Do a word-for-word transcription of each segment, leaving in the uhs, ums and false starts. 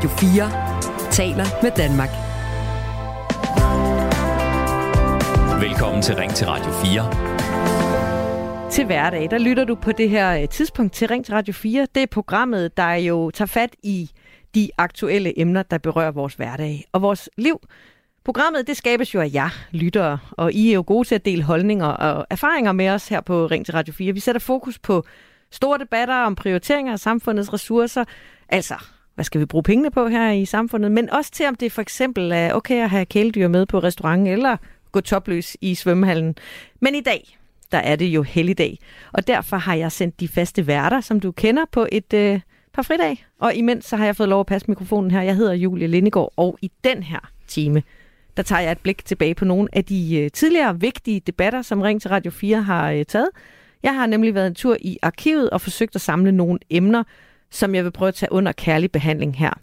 Radio fire taler med Danmark. Velkommen til Ring til Radio fire. Til hverdag, der lytter du på det her tidspunkt til Ring til Radio fire. Det er programmet, der jo tager fat i de aktuelle emner, der berører vores hverdag og vores liv. Programmet, det skabes jo af jer, lyttere, og I er jo gode til at dele holdninger og erfaringer med os her på Ring til Radio fire. Vi sætter fokus på store debatter om prioriteringer af samfundets ressourcer. Altså, hvad skal vi bruge pengene på her i samfundet? Men også til, om det for eksempel er okay at have kæledyr med på restaurant eller gå topløs i svømmehallen. Men i dag, der er det jo helligdag, og derfor har jeg sendt de faste værter, som du kender, på et øh, par fridag. Og imens så har jeg fået lov at passe mikrofonen her. Jeg hedder Julie Lindegaard, og i den her time, der tager jeg et blik tilbage på nogle af de øh, tidligere vigtige debatter, som Ring til Radio fire har øh, taget. Jeg har nemlig været en tur i arkivet og forsøgt at samle nogle emner, som jeg vil prøve at tage under kærlig behandling her.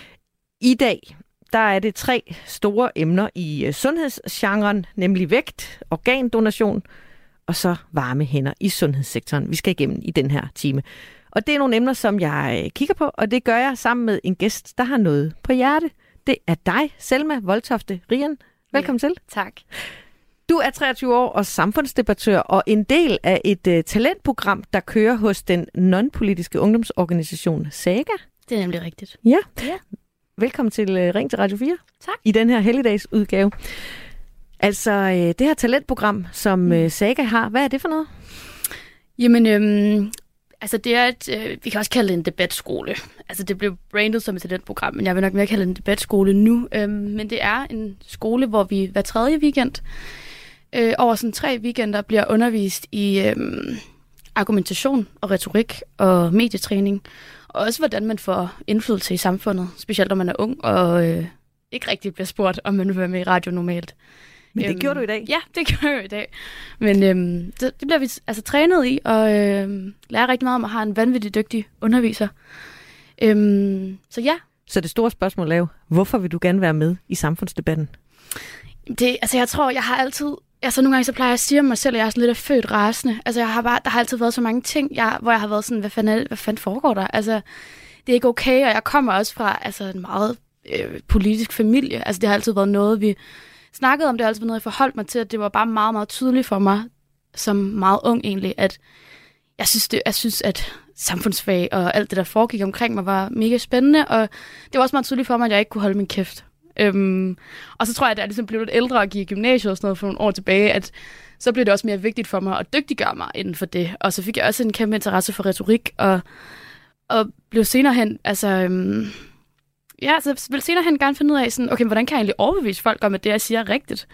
I dag, der er det tre store emner i øh, sundhedsgenren, nemlig vægt, organdonation og så varme hænder i sundhedssektoren. Vi skal igennem i den her time. Og det er nogle emner, som jeg øh, kigger på, og det gør jeg sammen med en gæst, der har noget på hjerte. Det er dig, Selma Voldtofte Rian. Velkommen ja, til. Tak. Du er treogtyve år og samfundsdebattør og en del af et uh, talentprogram, der kører hos den non-politiske ungdomsorganisation Saga. Det er nemlig rigtigt. Ja. ja. Velkommen til uh, Ring til Radio fire. Tak. I den her helligdagsudgave. Altså, uh, det her talentprogram, som uh, Saga har, hvad er det for noget? Jamen, øhm, altså det er et, øh, vi kan også kalde det en debatskole. Altså det blev brandet som et talentprogram, men jeg vil nok mere kalde det en debatskole nu. Øhm, men det er en skole, hvor vi hver tredje weekend, øh, over sådan tre weekender, bliver undervist i øh, argumentation og retorik og medietræning. Og også hvordan man får indflydelse i samfundet, specielt når man er ung og øh, ikke rigtig bliver spurgt, om man vil være med i radio normalt. Men det øhm, gjorde du i dag? Ja, det gjorde jeg i dag. Men øhm, det, det bliver vi altså trænet i, og øhm, lærer rigtig meget om at have en vanvittig dygtig underviser. Øhm, så ja. Så det store spørgsmål er jo, hvorfor vil du gerne være med i samfundsdebatten? Det, altså jeg tror, jeg har altid... Altså nogle gange så plejer jeg at sige om mig selv, at jeg er sådan lidt af født rasende. Altså jeg har bare, der har altid været så mange ting, jeg, hvor jeg har været sådan, hvad fanden, hvad fanden foregår der? Altså det er ikke okay, og jeg kommer også fra altså, en meget øh, politisk familie. Altså det har altid været noget, vi snakkede om. Det har altid været noget, jeg forholdt mig til, at det var bare meget, meget tydeligt for mig, som meget ung egentlig, at jeg synes, det, jeg synes at samfundsfag og alt det, der foregik omkring mig, var mega spændende, og det var også meget tydeligt for mig, at jeg ikke kunne holde min kæft. Øhm, og så tror jeg, at jeg ligesom blev lidt ældre og gik i gymnasiet og sådan noget for nogle år tilbage, at så blev det også mere vigtigt for mig at dygtiggøre mig inden for det. Og så fik jeg også en kæmpe interesse for retorik, og, og blev senere hen, altså... Øhm, ja, så vil senere hen gerne finde ud af, sådan, okay, hvordan kan jeg egentlig overbevise folk om, at det, jeg siger, er rigtigt?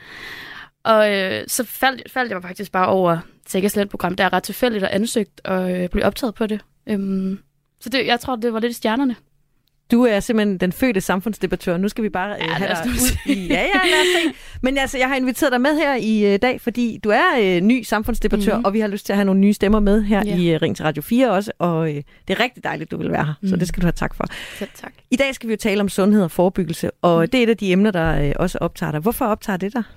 Og øh, så faldt, faldt jeg mig faktisk bare over Sagas talentprogram, der er ret tilfældigt og ansøgt, og øh, blev optaget på det. Øhm, så det, jeg tror, det var lidt i stjernerne. Du er simpelthen den fødte samfundsdebattør. Nu skal vi bare ja, have dig ud i... Ja, ja, lad os se. Men altså, jeg har inviteret dig med her i uh, dag, fordi du er uh, ny samfundsdebattør, mm-hmm. og vi har lyst til at have nogle nye stemmer med her yeah. i uh, Ring til Radio fire også, og uh, det er rigtig dejligt, du vil være her, mm. så det skal du have tak for. Selv tak. I dag skal vi jo tale om sundhed og forebyggelse, og mm. det er et af de emner, der uh, også optager dig. Hvorfor optager det dig?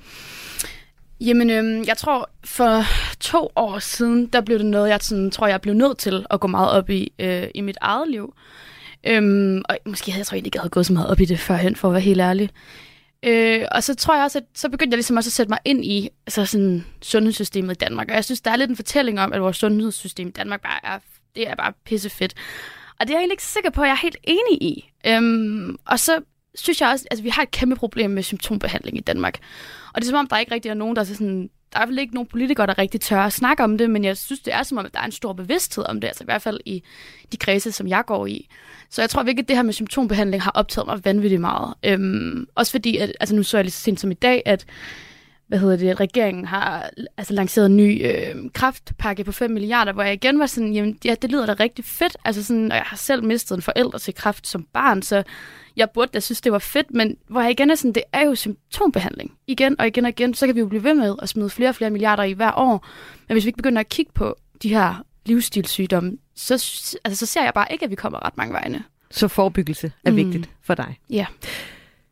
Jamen, øhm, jeg tror, for to år siden, der blev det noget, jeg sådan, tror, jeg blev nødt til at gå meget op i øh, i mit eget liv. Øhm, og måske havde jeg tror, jeg ikke havde gået så meget op i det førhen, for at være helt ærlig. Øh, og så tror jeg også, at så begyndte jeg ligesom også at sætte mig ind i altså sådan, sundhedssystemet i Danmark. Og jeg synes, der er lidt en fortælling om, at vores sundhedssystem i Danmark bare er, det er bare pissefedt. Og det er jeg egentlig ikke sikker på, at jeg er helt enig i. Øhm, og så synes jeg også, at altså, vi har et kæmpe problem med symptombehandling i Danmark. Og det er som om, der ikke rigtig er nogen, der er sådan... Der er i hvert fald ikke nogen politikere, der rigtig tør at snakke om det, men jeg synes, det er som om, at der er en stor bevidsthed om det, altså i hvert fald i de kredse, som jeg går i. Så jeg tror virkelig, at det her med symptombehandling har optaget mig vanvittigt meget. Øhm, også fordi, at, altså nu så jeg lige så sent som i dag, at, hvad hedder det, at regeringen har altså, lanceret en ny øh, kræftpakke på fem milliarder, hvor jeg igen var sådan, jamen ja, det lyder da rigtig fedt. Altså sådan, og jeg har selv mistet en forælder til kræft som barn, så jeg burde da synes, det var fedt, men hvor jeg igen er sådan, det er jo symptombehandling. Igen og igen og igen, så kan vi jo blive ved med at smide flere og flere milliarder i hver år. Men hvis vi ikke begynder at kigge på de her livsstilssygdomme, så, altså, så ser jeg bare ikke, at vi kommer ret mange vegne. Så forebyggelse er mm. vigtigt for dig. Ja.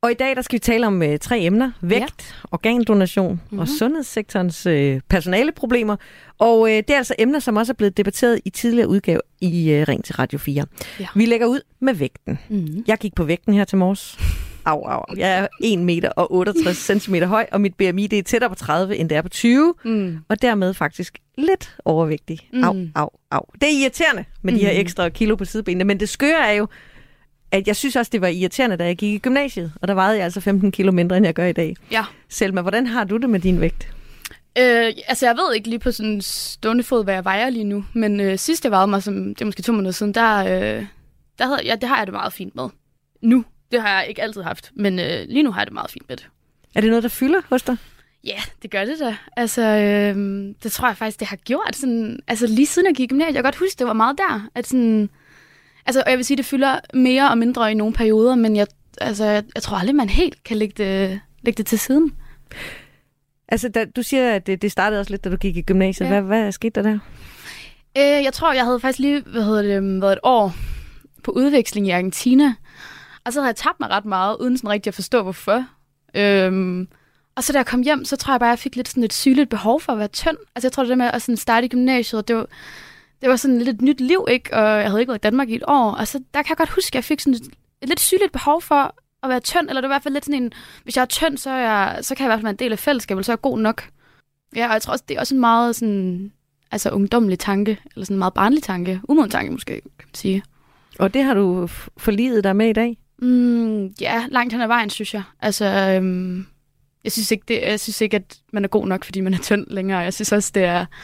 Og i dag der skal vi tale om øh, tre emner. Vægt, ja. organdonation mm-hmm. og sundhedssektorens øh, personaleproblemer. Og øh, det er altså emner, som også er blevet debatteret i tidligere udgave i øh, Ring til Radio fire. Ja. Vi lægger ud med vægten. Mm-hmm. Jeg gik på vægten her til morges. Au, au. Jeg er en meter og otteogtres centimeter høj, og mit B M I det er tættere på tredive, end det er på tyve. Mm. Og dermed faktisk lidt overvægtig. Mm. Au, au, au. Det er irriterende med mm. de her ekstra kilo på sidebenene, men det skøre er jo, at jeg synes også, det var irriterende, da jeg gik i gymnasiet. Og der vejede jeg altså femten kilo mindre, end jeg gør i dag. Ja. Selma, hvordan har du det med din vægt? Øh, altså, jeg ved ikke lige på sådan stående fod, hvad jeg vejer lige nu. Men øh, sidst jeg vejede mig, som, det er måske to måneder siden, der, øh, der havde, ja, det har jeg det meget fint med. Nu. Det har jeg ikke altid haft, men øh, lige nu har jeg det meget fint med det. Er det noget, der fylder hos dig? Ja, det gør det da. Altså, øh, det tror jeg faktisk, det har gjort. Sådan, altså, lige siden jeg gik i gymnasiet, jeg kan godt huske, det var meget der. At sådan, altså, og jeg vil sige, det fylder mere og mindre i nogle perioder, men jeg, altså, jeg, jeg tror aldrig, man helt kan lægge det, lægge det til siden. Altså, da, du siger, at det, det startede også lidt, da du gik i gymnasiet. Ja. Hvad, hvad skete der der? Øh, jeg tror, jeg havde faktisk lige hvad hedder det, været et år på udveksling i Argentina. Og så havde jeg tabt mig ret meget, uden sådan rigtig at forstå, hvorfor. Øhm, og så da jeg kom hjem, så tror jeg bare, at jeg fik lidt sådan et sygeligt behov for at være tynd. Altså jeg tror, det der med at sådan starte i gymnasiet, det var, det var sådan lidt et nyt liv, ikke? Og jeg havde ikke været i Danmark i et år. Og så der kan jeg godt huske, at jeg fik sådan et, et lidt sygeligt behov for at være tynd. Eller det var i hvert fald lidt sådan en, hvis jeg er tynd, så, er jeg, så kan jeg i hvert fald være en del af fællesskabet, så er jeg god nok. Ja, og jeg tror også, det er også en meget sådan, altså ungdommelig tanke, eller sådan en meget barnlig tanke. Umoden tanke måske, kan man sige. Og det har du forliget dig med i dag? Mm, ja, langt hen ad vejen, synes jeg. Altså, øhm, jeg, synes ikke, det, jeg synes ikke, at man er god nok, fordi man er tynd længere. Jeg synes også, det er...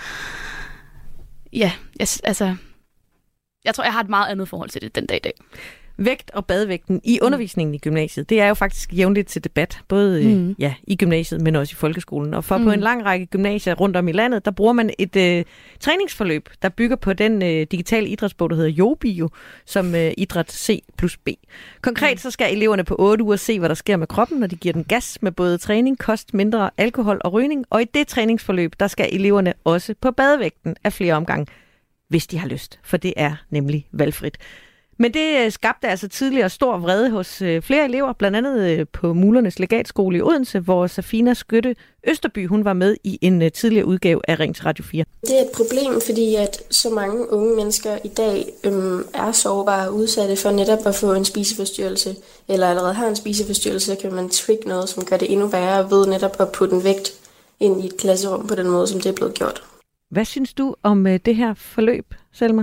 Ja, jeg, altså... Jeg tror, jeg har et meget andet forhold til det den dag i dag. Vægt og badevægten i undervisningen i gymnasiet, det er jo faktisk jævnligt til debat, både mm. ja, i gymnasiet, men også i folkeskolen. Og for mm. på en lang række gymnasier rundt om i landet, der bruger man et øh, træningsforløb, der bygger på den øh, digitale idrætsbog, der hedder YoBio, som øh, idræt C plus B. Konkret mm. så skal eleverne på otte uger se, hvad der sker med kroppen, når de giver den gas med både træning, kost, mindre alkohol og rygning. Og i det træningsforløb, der skal eleverne også på badevægten af flere omgange, hvis de har lyst, for det er nemlig valgfrit. Men det skabte altså tidligere stor vrede hos øh, flere elever, blandt andet øh, på Mulernes Legatskole i Odense, hvor Safina Skytte Østerby hun var med i en øh, tidligere udgave af Ring til Radio fire. Det er et problem, fordi at så mange unge mennesker i dag øhm, er sårbare og udsatte for netop at få en spiseforstyrrelse, eller allerede har en spiseforstyrrelse, så kan man trigge noget, som gør det endnu værre ved netop at putte en vægt ind i et klasserum på den måde, som det er blevet gjort. Hvad synes du om øh, det her forløb, Selma?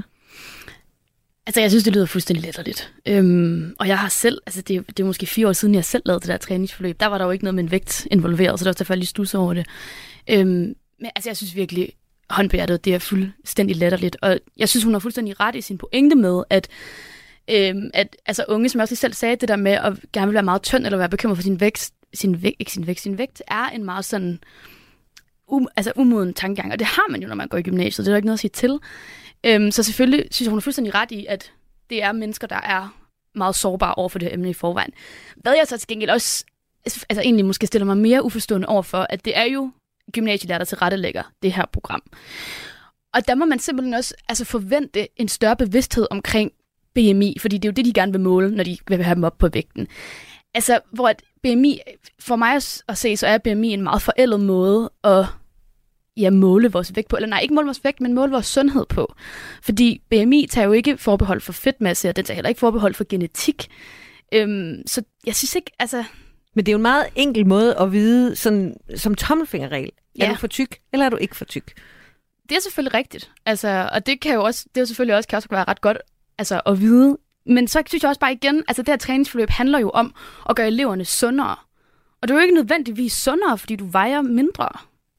Altså, jeg synes, det lyder fuldstændig latterligt. Øhm, og jeg har selv, altså det, det er måske fire år siden, jeg selv lavede det der træningsforløb. Der var der jo ikke noget med en vægt involveret, så der var selvfølgelig lige stus over det. Øhm, men altså, jeg synes virkelig, hånd på hjertet, det er fuldstændig latterligt. Og jeg synes, hun har fuldstændig ret i sin pointe med, at, øhm, at altså, unge, som jeg også selv sagde, det der med at gerne vil være meget tynd, eller være bekymret for sin vægt, sin vægt, ikke sin vægt, sin vægt, er en meget sådan um, altså umoden tankegang. Og det har man jo, når man går i gymnasiet. Det er der ikke noget at sige til. Øhm, så selvfølgelig synes jeg, hun er fuldstændig ret i, at det er mennesker, der er meget sårbare over for det her emne i forvejen. Hvad jeg så til gengæld også, altså egentlig måske stiller mig mere uforstående over for, at det er jo gymnasielærer, der tilrettelægger det her program. Og der må man simpelthen også altså forvente en større bevidsthed omkring B M I, fordi det er jo det, de gerne vil måle, når de vil have dem op på vægten. Altså, hvor at B M I, for mig at se, så er B M I en meget forældet måde at ja, måle vores vægt på. Eller nej, ikke måle vores vægt, men måle vores sundhed på. Fordi B M I tager jo ikke forbehold for fedtmasse, og den tager heller ikke forbehold for genetik. Øhm, så jeg synes ikke, altså... Men det er jo en meget enkel måde at vide, sådan, som tommelfingerregel. Ja. Er du for tyk, eller er du ikke for tyk? Det er selvfølgelig rigtigt. Altså, og det kan jo også, det er jo selvfølgelig også, kan også være ret godt altså, at vide. Men så synes jeg også bare igen, altså det her træningsforløb handler jo om at gøre eleverne sundere. Og det er jo ikke nødvendigvis sundere, fordi du vejer mindre.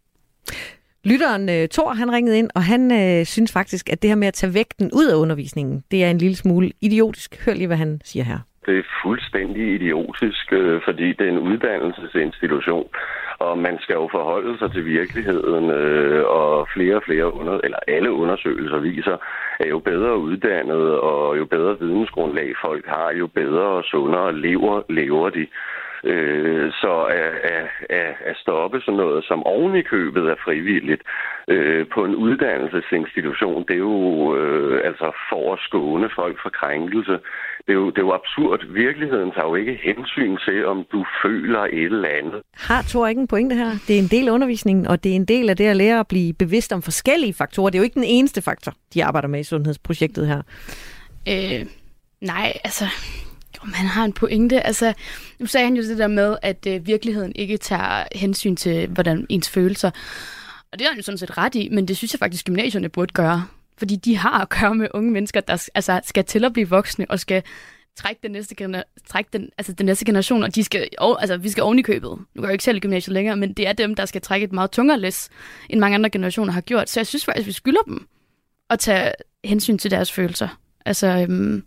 Lytteren uh, Thor, han ringede ind, og han uh, synes faktisk, at det her med at tage vægten ud af undervisningen, det er en lille smule idiotisk. Hør lige, hvad han siger her. Det er fuldstændig idiotisk, øh, fordi det er en uddannelsesinstitution, og man skal jo forholde sig til virkeligheden, øh, og flere og flere, under, eller alle undersøgelser viser, at jo bedre uddannet og jo bedre vidensgrundlag folk har, jo bedre og sundere lever, lever de. Øh, så at, at, at stoppe sådan noget som oven i købet er frivilligt øh, på en uddannelsesinstitution, det er jo øh, altså for at skåne folk for krænkelse. Det er, jo, det er jo absurd. Virkeligheden tager jo ikke hensyn til, om du føler et eller andet. Har Thor ikke en pointe her? Det er en del af undervisningen, og det er en del af det at lære at blive bevidst om forskellige faktorer. Det er jo ikke den eneste faktor, de arbejder med i sundhedsprojektet her. Øh, nej, altså... Man har en pointe. Altså, nu sagde han jo det der med, at øh, virkeligheden ikke tager hensyn til, hvordan ens følelser. Og det er han jo sådan set ret i, men det synes jeg faktisk, gymnasierne burde gøre. Fordi de har at gøre med unge mennesker, der altså, skal til at blive voksne og skal trække den næste, gener- trække den, altså, den næste generation, og de skal, og, altså, vi skal oven i købet. Nu går jeg jo ikke selv i gymnasiet længere, men det er dem, der skal trække et meget tungere læs, end mange andre generationer har gjort. Så jeg synes faktisk, vi skylder dem at tage hensyn til deres følelser. Altså... Øhm,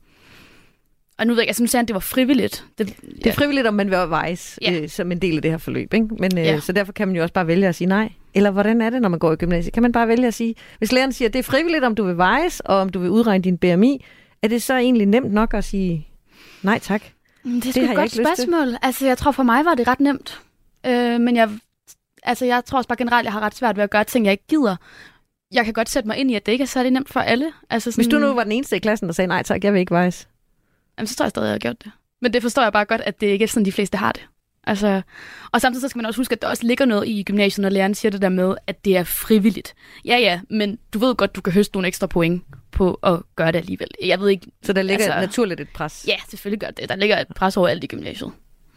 Og nu ved jeg, altså nu sagde han, at det var frivilligt. Det, ja. det er frivilligt, om man vil vejs ja. øh, som en del af det her forløb, ikke? Men, øh, ja. Så derfor kan man jo også bare vælge at sige nej. Eller hvordan er det, når man går i gymnasiet? Kan man bare vælge at sige, hvis læreren siger, at det er frivilligt, om du vil vejs, og om du vil udregne din B M I, er det så egentlig nemt nok at sige nej tak? Det er sgu et godt spørgsmål. Altså, jeg tror for mig var det ret nemt. Øh, men jeg, altså, jeg tror også bare generelt, jeg har ret svært ved at gøre ting, jeg ikke gider. Jeg kan godt sætte mig ind i, at det ikke er særlig nemt for alle. Altså, sådan... Hvis du nu var den eneste i klassen, der sagde nej tak, jeg vil ikke vejs. Jamen, så tror jeg stadig, jeg har gjort det. Men det forstår jeg bare godt, at det ikke er sådan, de fleste har det. Altså, og samtidig så skal man også huske, at der også ligger noget i gymnasiet, når læreren siger det der med, at det er frivilligt. Ja, ja, men du ved godt, du kan høste nogle ekstra point på at gøre det alligevel. Jeg ved ikke... Så der ligger altså, naturligt et pres? Ja, selvfølgelig gør det. Der ligger et pres over alt i gymnasiet.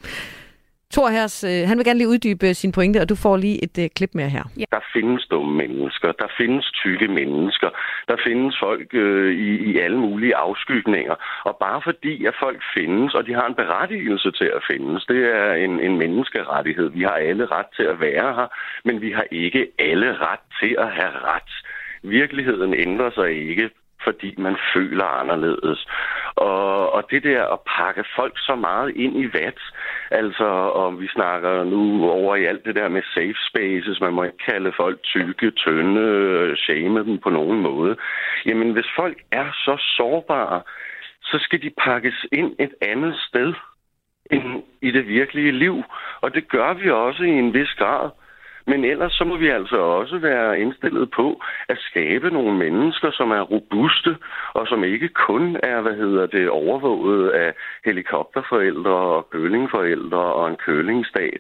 Thor Hers, øh, han vil gerne lige uddybe sin pointe, og du får lige et øh, klip mere her. Ja. Der findes dumme mennesker, der findes tykke mennesker, der findes folk øh, i, i alle mulige afskygninger. Og bare fordi, at folk findes, og de har en berettigelse til at findes, det er en, en menneskerettighed. Vi har alle ret til at være her, men vi har ikke alle ret til at have ret. Virkeligheden ændrer sig ikke, fordi man føler anderledes. Og, og det der at pakke folk så meget ind i vat, altså om vi snakker nu over i alt det der med safe spaces, man må ikke kalde folk tykke, tynde, shame dem på nogen måde. Jamen hvis folk er så sårbare, så skal de pakkes ind et andet sted end i det virkelige liv. Og det gør vi også i en vis grad. Men ellers så må vi altså også være indstillet på at skabe nogle mennesker, som er robuste, og som ikke kun er, hvad hedder det, overvåget af helikopterforældre og kølingforældre og en kølingstat.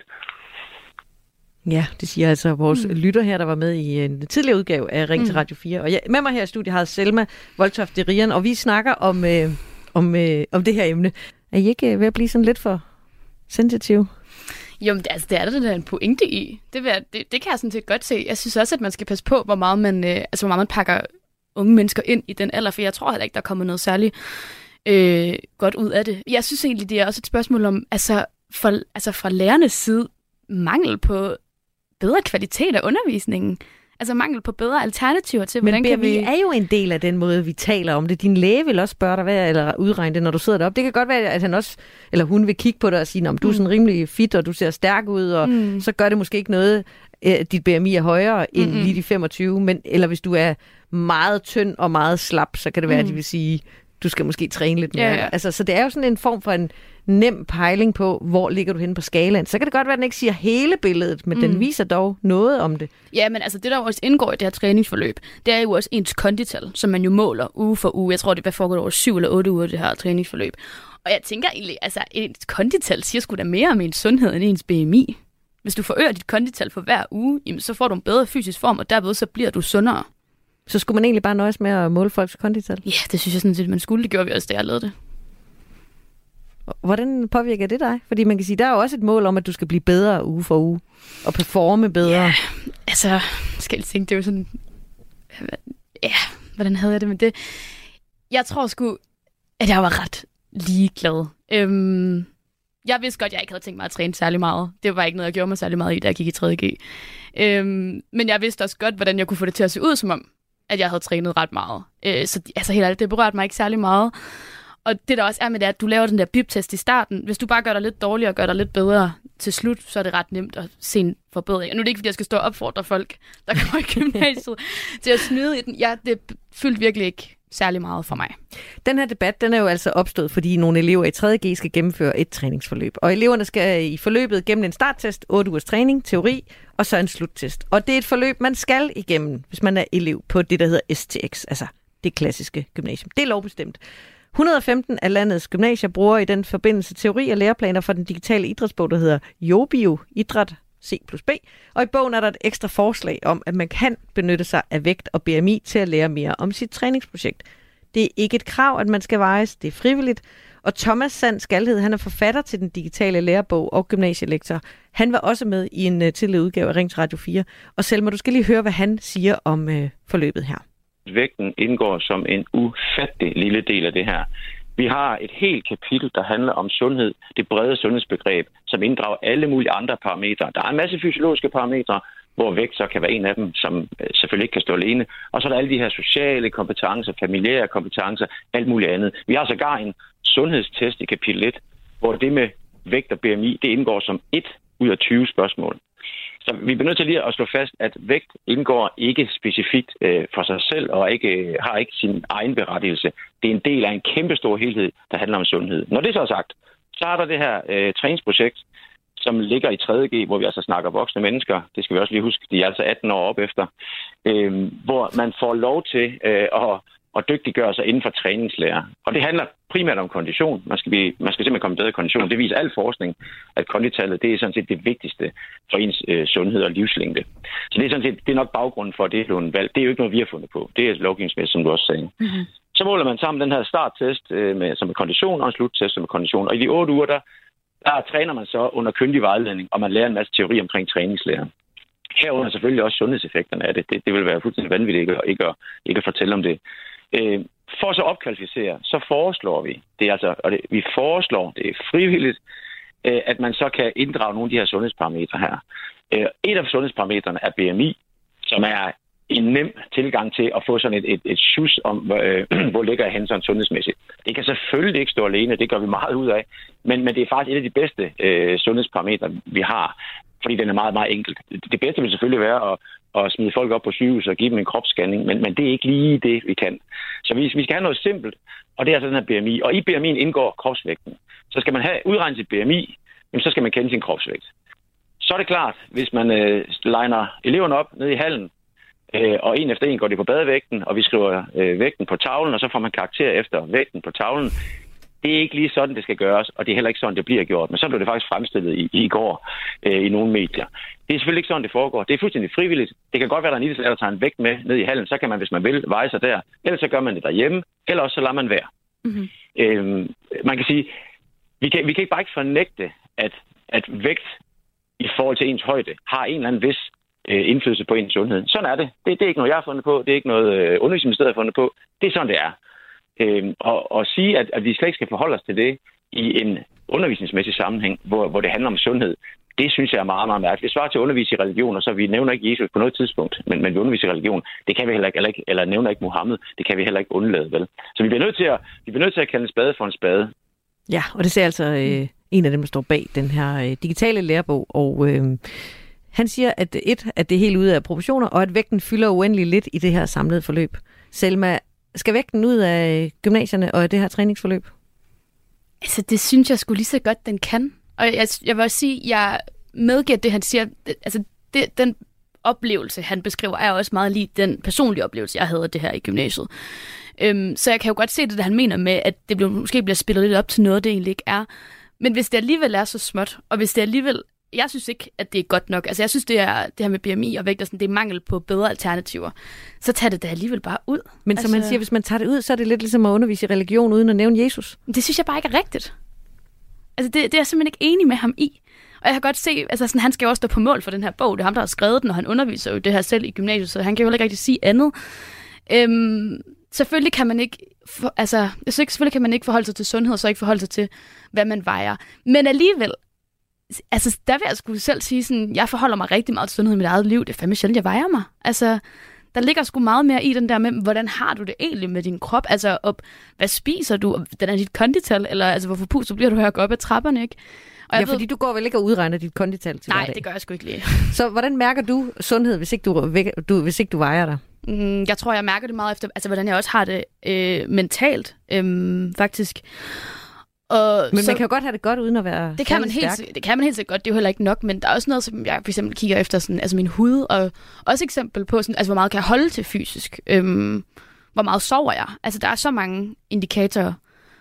Ja, det siger altså vores mm. lytter her, der var med i en tidligere udgave af Ring til Radio fire. Og jeg, med mig her i studiet har Selma Voldtoft Rian, og vi snakker om, øh, om, øh, om det her emne. Er I ikke ved at blive sådan lidt for sensitive? Jo, men det, altså, det er der der en pointe i. Det, jeg, det, det kan jeg sådan set godt se. Jeg synes også, at man skal passe på, hvor meget man, øh, altså, hvor meget man pakker unge mennesker ind i den alder, for jeg tror heller ikke, der kommer noget særligt øh, godt ud af det. Jeg synes egentlig, det er også et spørgsmål om, altså, for, altså fra lærernes side, mangel på bedre kvalitet af undervisningen. Altså mangel på bedre alternativer til, hvordan kan vi... Men B M I er jo en del af den måde, vi taler om det. Din læge vil også spørge dig, hvad, eller udregne det, når du sidder deroppe. Det kan godt være, at han også, eller hun vil kigge på dig og sige, om du er sådan rimelig fit, og du ser stærk ud, og mm. så gør det måske ikke noget, at dit B M I er højere end mm-hmm. lige de femogtyve. Men, eller hvis du er meget tynd og meget slap, så kan det være, mm. at de vil sige, du skal måske træne lidt mere. Ja, ja. Altså, så det er jo sådan en form for en nem pejling på, hvor ligger du henne på skalaen. Så kan det godt være, at den ikke siger hele billedet, men mm. den viser dog noget om det. Ja, men altså det, der også indgår i det her træningsforløb, det er jo også ens kondital, som man jo måler uge for uge. Jeg tror, det er foregået over syv eller otte uger, det her træningsforløb. Og jeg tænker egentlig, altså ens kondital siger sgu da mere om ens sundhed end ens B M I. Hvis du forøger dit kondital for hver uge, jamen, så får du en bedre fysisk form, og derved så bliver du sundere. Så skulle man egentlig bare nøjes med at måle folks kondital? Ja, det synes jeg sådan set, man skulle. Det gjorde vi også, da jeg lavede det. Hvordan påvirker det dig? Fordi man kan sige, der er jo også et mål om, at du skal blive bedre uge for uge, og performe bedre. Ja, altså, skal jeg tænke, det er jo sådan... Ja, hvordan havde jeg det med det? Jeg tror sgu, at jeg var ret ligeglad. Øhm, jeg vidste godt, at jeg ikke havde tænkt mig at træne særlig meget. Det var ikke noget, jeg gjorde mig særlig meget i, da jeg gik i tredje G. Øhm, men jeg vidste også godt, hvordan jeg kunne få det til at se ud, som om, at jeg havde trænet ret meget. Øh, så altså helt ærligt, det berørte mig ikke særlig meget. Og det der også er med det, at du laver den der bip-test i starten. Hvis du bare gør dig lidt dårligere og gør dig lidt bedre til slut, så er det ret nemt at se en forbedring. Og nu er det ikke, fordi jeg skal stå og opfordre folk, der går i gymnasiet, til at snyde i den. Ja, det fyldte virkelig ikke særlig meget for mig. Den her debat, den er jo altså opstået, fordi nogle elever i tredje G skal gennemføre et træningsforløb. Og eleverne skal i forløbet gennem en starttest, otte ugers træning, teori og så en sluttest. Og det er et forløb, man skal igennem, hvis man er elev på det, der hedder S T X, altså det klassiske gymnasium. Det er lovbestemt. et hundrede og femten af landets gymnasier bruger i den forbindelse teori og læreplaner for den digitale idrætsbog, der hedder Yobio Idræt C plus B. Og i bogen er der et ekstra forslag om, at man kan benytte sig af vægt og B M I til at lære mere om sit træningsprojekt. Det er ikke et krav, at man skal vejes. Det er frivilligt. Og Thomas Sand Skalhed, han er forfatter til den digitale lærebog og gymnasielektor. Han var også med i en uh, tidligere udgave af Ring til Radio fire. Og Selma, du skal lige høre, hvad han siger om uh, forløbet her. Vægten indgår som en ufattelig lille del af det her. Vi har et helt kapitel, der handler om sundhed, det brede sundhedsbegreb, som inddrager alle mulige andre parametre. Der er en masse fysiologiske parametre, hvor vægt så kan være en af dem, som selvfølgelig ikke kan stå alene. Og så er der alle de her sociale kompetencer, familiære kompetencer, alt muligt andet. Vi har sågar en sundhedstest i kapitel et, hvor det med vægt og B M I, det indgår som et ud af tyve spørgsmål. Så vi bliver nødt til lige at slå fast, at vægt indgår ikke specifikt øh, for sig selv og ikke, øh, har ikke sin egen berettigelse. Det er en del af en kæmpestor helhed, der handler om sundhed. Når det så er sagt, så er der det her øh, træningsprojekt, som ligger i tredje G, hvor vi altså snakker voksne mennesker. Det skal vi også lige huske, de er altså atten år op efter. Øh, hvor man får lov til øh, at, at dygtiggøre sig inden for træningslære. Og det handler primært om kondition. Man skal, blive, man skal simpelthen komme bedre i kondition. Det viser al forskning, at konditallet, det er sådan set det vigtigste for ens øh, sundhed og livslængde. Så det er sådan set, det er nok baggrunden for, at det er blevet valgt. Det er jo ikke noget, vi har fundet på. Det er lovgivningsmæssigt, som du også sagde. Mm-hmm. Så måler man sammen den her starttest øh, med, som er kondition og en sluttest som er kondition. Og i de otte uger, der, der træner man så under kyndig vejledning, og man lærer en masse teori omkring træningslære. Herunder selvfølgelig også sundhedseffekterne af det. Det, det vil være fuldstændig vanvittigt ikke, ikke, at, ikke at fortælle om det. Øh, for så at opkvalificere, så foreslår vi, det er altså, og det, vi foreslår, det er frivilligt, øh, at man så kan inddrage nogle af de her sundhedsparametre her. Øh, et af sundhedsparametrene er B M I, som er en nem tilgang til at få sådan et, et, et sjus om, øh, hvor ligger jeg hen sådan sundhedsmæssigt. Det kan selvfølgelig ikke stå alene, det gør vi meget ud af, men, men det er faktisk et af de bedste øh, sundhedsparametre, vi har, fordi den er meget, meget enkelt. Det bedste vil selvfølgelig være at, at smide folk op på sygehus og give dem en kropsscanning, men, men det er ikke lige det, vi kan. Så vi, vi skal have noget simpelt, og det er altså den her B M I. Og i B M I'en indgår kropsvægten. Så skal man have udregnet sit B M I, jamen, så skal man kende sin kropsvægt. Så er det klart, hvis man øh, liner eleverne op nede i hallen, øh, og en efter en går det på badevægten, og vi skriver øh, vægten på tavlen, og så får man karakter efter vægten på tavlen. Det er ikke lige sådan, det skal gøres, og det er heller ikke sådan, det bliver gjort. Men så blev det faktisk fremstillet i, i går øh, i nogle medier. Det er selvfølgelig ikke sådan, det foregår. Det er fuldstændig frivilligt. Det kan godt være, at der er en idrætslærer, der tager en vægt med ned i hallen. Så kan man, hvis man vil, veje sig der. Ellers så gør man det derhjemme, eller også så lader man være. Mm-hmm. Øhm, man kan sige, vi kan, vi kan ikke bare ikke fornægte, at, at vægt i forhold til ens højde har en eller anden vis øh, indflydelse på ens sundhed. Sådan er det. det. Det er ikke noget, jeg har fundet på. Det er ikke noget, øh, undervisningsministeriet har fundet på. Det er sådan, det er. Øhm, og, og sige, at, at vi slet ikke skal forholde os til det i en undervisningsmæssig sammenhæng, hvor, hvor det handler om sundhed, det synes jeg er meget, meget mærkeligt. Vi svarer til at undervise i religion, og så vi nævner ikke Jesus på noget tidspunkt, men, men vi underviser i religion. Det kan vi heller ikke, eller, ikke, eller nævner ikke Mohammed. Det kan vi heller ikke undlade, vel? Så vi bliver nødt til at, vi bliver nødt til at kalde en spade for en spade. Ja, og det ser altså øh, en af dem, der står bag den her øh, digitale lærebog, og øh, han siger, at et, at det er helt ude af proportioner, og at vægten fylder uendelig lidt i det her samlede forløb. Selma, skal vægten ud af gymnasierne og det her træningsforløb? Altså, det synes jeg sgu lige så godt, den kan. Og jeg, jeg vil også sige, jeg medgiver det, han siger. Altså, det, den oplevelse, han beskriver, er også meget lige den personlige oplevelse, jeg havde af det her i gymnasiet. Øhm, så jeg kan jo godt se det, han mener med, at det bliver, måske bliver spillet lidt op til noget, det egentlig ikke er. Men hvis det alligevel er så småt, og hvis det alligevel... Jeg synes ikke, at det er godt nok. Altså, jeg synes, det, er, det her med B M I og vægt, og sådan, det er mangel på bedre alternativer. Så tag det da alligevel bare ud. Men altså, som man siger, hvis man tager det ud, så er det lidt ligesom at undervise i religion, uden at nævne Jesus. Det synes jeg bare ikke er rigtigt. Altså, det, det er jeg simpelthen ikke enig med ham i. Og jeg har godt se, altså sådan, han skal jo også stå på mål for den her bog. Det er ham, der har skrevet den, og han underviser jo det her selv i gymnasiet, så han kan jo heller ikke rigtig sige andet. Øhm, selvfølgelig kan man ikke, for, altså, selvfølgelig kan man ikke forholde sig til sundhed, og så ikke forholde sig til, hvad man vejer. Men alligevel, altså, der vil jeg sgu selv sige sådan, jeg forholder mig rigtig meget til sundhed i mit eget liv. Det er fandme sjældent, jeg vejer mig. Altså, der ligger sgu meget mere i den der med, hvordan har du det egentlig med din krop? Altså, op, hvad spiser du? Den er dit kondital? Eller altså, hvorfor puster bliver du her og går op ad trapperne, ikke? Og ja, ved, fordi du går vel ikke og udregner dit kondital til nej, hverdag? Det gør jeg sgu ikke lige. Så hvordan mærker du sundhed, hvis ikke du, du, hvis ikke du vejer dig? Mm, jeg tror, jeg mærker det meget efter, altså hvordan jeg også har det øh, mentalt, øh, faktisk. Og men så, man kan jo godt have det godt, uden at være det kan man helt, det kan man helt sikkert godt, det er jo heller ikke nok, men der er også noget, som jeg for eksempel kigger efter, sådan, altså min hud, og også eksempel på, sådan, altså hvor meget kan jeg holde til fysisk, øhm, hvor meget sover jeg, altså der er så mange indikatorer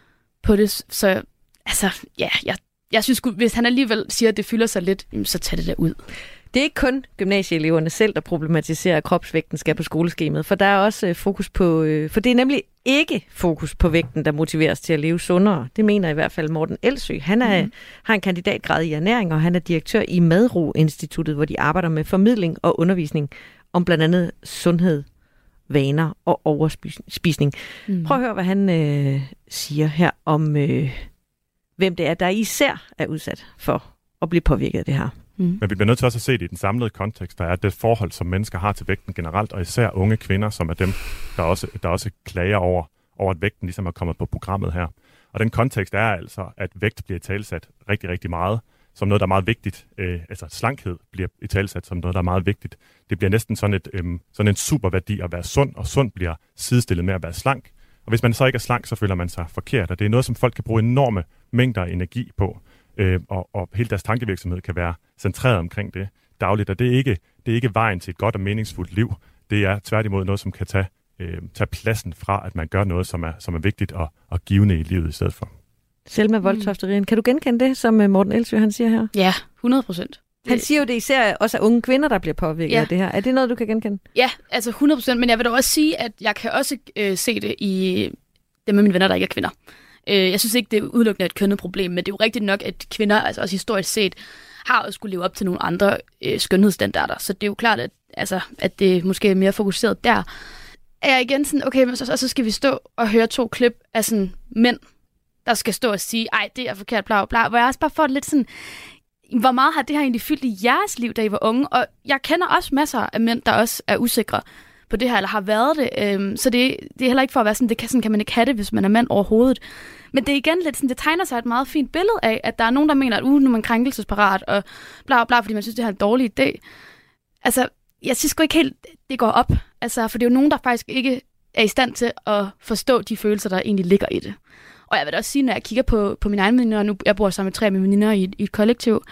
på det, så altså, ja, jeg, jeg synes, hvis han alligevel siger, at det fylder sig lidt, så tag det der ud. Det er ikke kun gymnasieeleverne selv, der problematiserer, at kropsvægten skal på skoleskemaet, for der er også øh, fokus på, øh, for det er nemlig ikke fokus på vægten, der motiveres til at leve sundere. Det mener i hvert fald Morten Elsø. Han er, mm. har en kandidatgrad i ernæring, og han er direktør i Madro-instituttet, hvor de arbejder med formidling og undervisning om blandt andet sundhed, vaner og overspisning. Mm. Prøv at høre, hvad han øh, siger her om, øh, hvem det er, der især er udsat for at blive påvirket af det her. Mm. Men vi bliver nødt til også at se det i den samlede kontekst, der er det forhold, som mennesker har til vægten generelt, og især unge kvinder, som er dem, der også, der også klager over, over, at vægten ligesom er kommet på programmet her. Og den kontekst er altså, at vægt bliver italesat rigtig, rigtig meget, som noget, der er meget vigtigt. Øh, altså slankhed bliver italesat som noget, der er meget vigtigt. Det bliver næsten sådan, et, øh, sådan en superværdi at være sund, og sund bliver sidestillet med at være slank. Og hvis man så ikke er slank, så føler man sig forkert, og det er noget, som folk kan bruge enorme mængder af energi på. Øh, og, og hele deres tankevirksomhed kan være centreret omkring det dagligt, og det er ikke, det er ikke vejen til et godt og meningsfuldt liv. Det er tværtimod noget, som kan tage, øh, tage pladsen fra, at man gør noget, som er, som er vigtigt og, og givende i livet i stedet for. Selma Voldtofterien, kan du genkende det, som Morten Elsø han siger her? Ja, hundrede procent. Han siger jo, det især også af unge kvinder, der bliver påvirket ja. af det her. Er det noget, du kan genkende? Ja, altså hundrede procent, men jeg vil da også sige, at jeg kan også øh, se det i det med mine venner, der ikke er kvinder. Jeg synes ikke, det er udelukkende et kønnet problem, men det er jo rigtigt nok, at kvinder, altså også historisk set, har også skulle leve op til nogle andre øh, skønhedsstandarder. Så det er jo klart, at, altså, at det måske er mere fokuseret der. Er jeg igen sådan, okay, men så, så skal vi stå og høre to klip af sådan mænd, der skal stå og sige, ej, det er forkert, bla bla, hvor jeg også bare får det lidt sådan, hvor meget har det her egentlig fyldt i jeres liv, da I var unge? Og jeg kender også masser af mænd, der også er usikre på det her, eller har været det. Øhm, så det, det er heller ikke for at være sådan, det kan, sådan kan man ikke have det, hvis man er mand overhovedet. Men det er igen lidt sådan, det tegner sig et meget fint billede af, at der er nogen, der mener, at uh, nu er man krænkelsesparat, og bla bla, fordi man synes, det er en dårlig idé. Altså, jeg synes sgu ikke helt, det går op. Altså, for det er jo nogen, der faktisk ikke er i stand til at forstå de følelser, der egentlig ligger i det. Og jeg vil også sige, når jeg kigger på, på mine egne veninder, nu jeg bor sammen med tre af mine veninder i, i et kollektiv,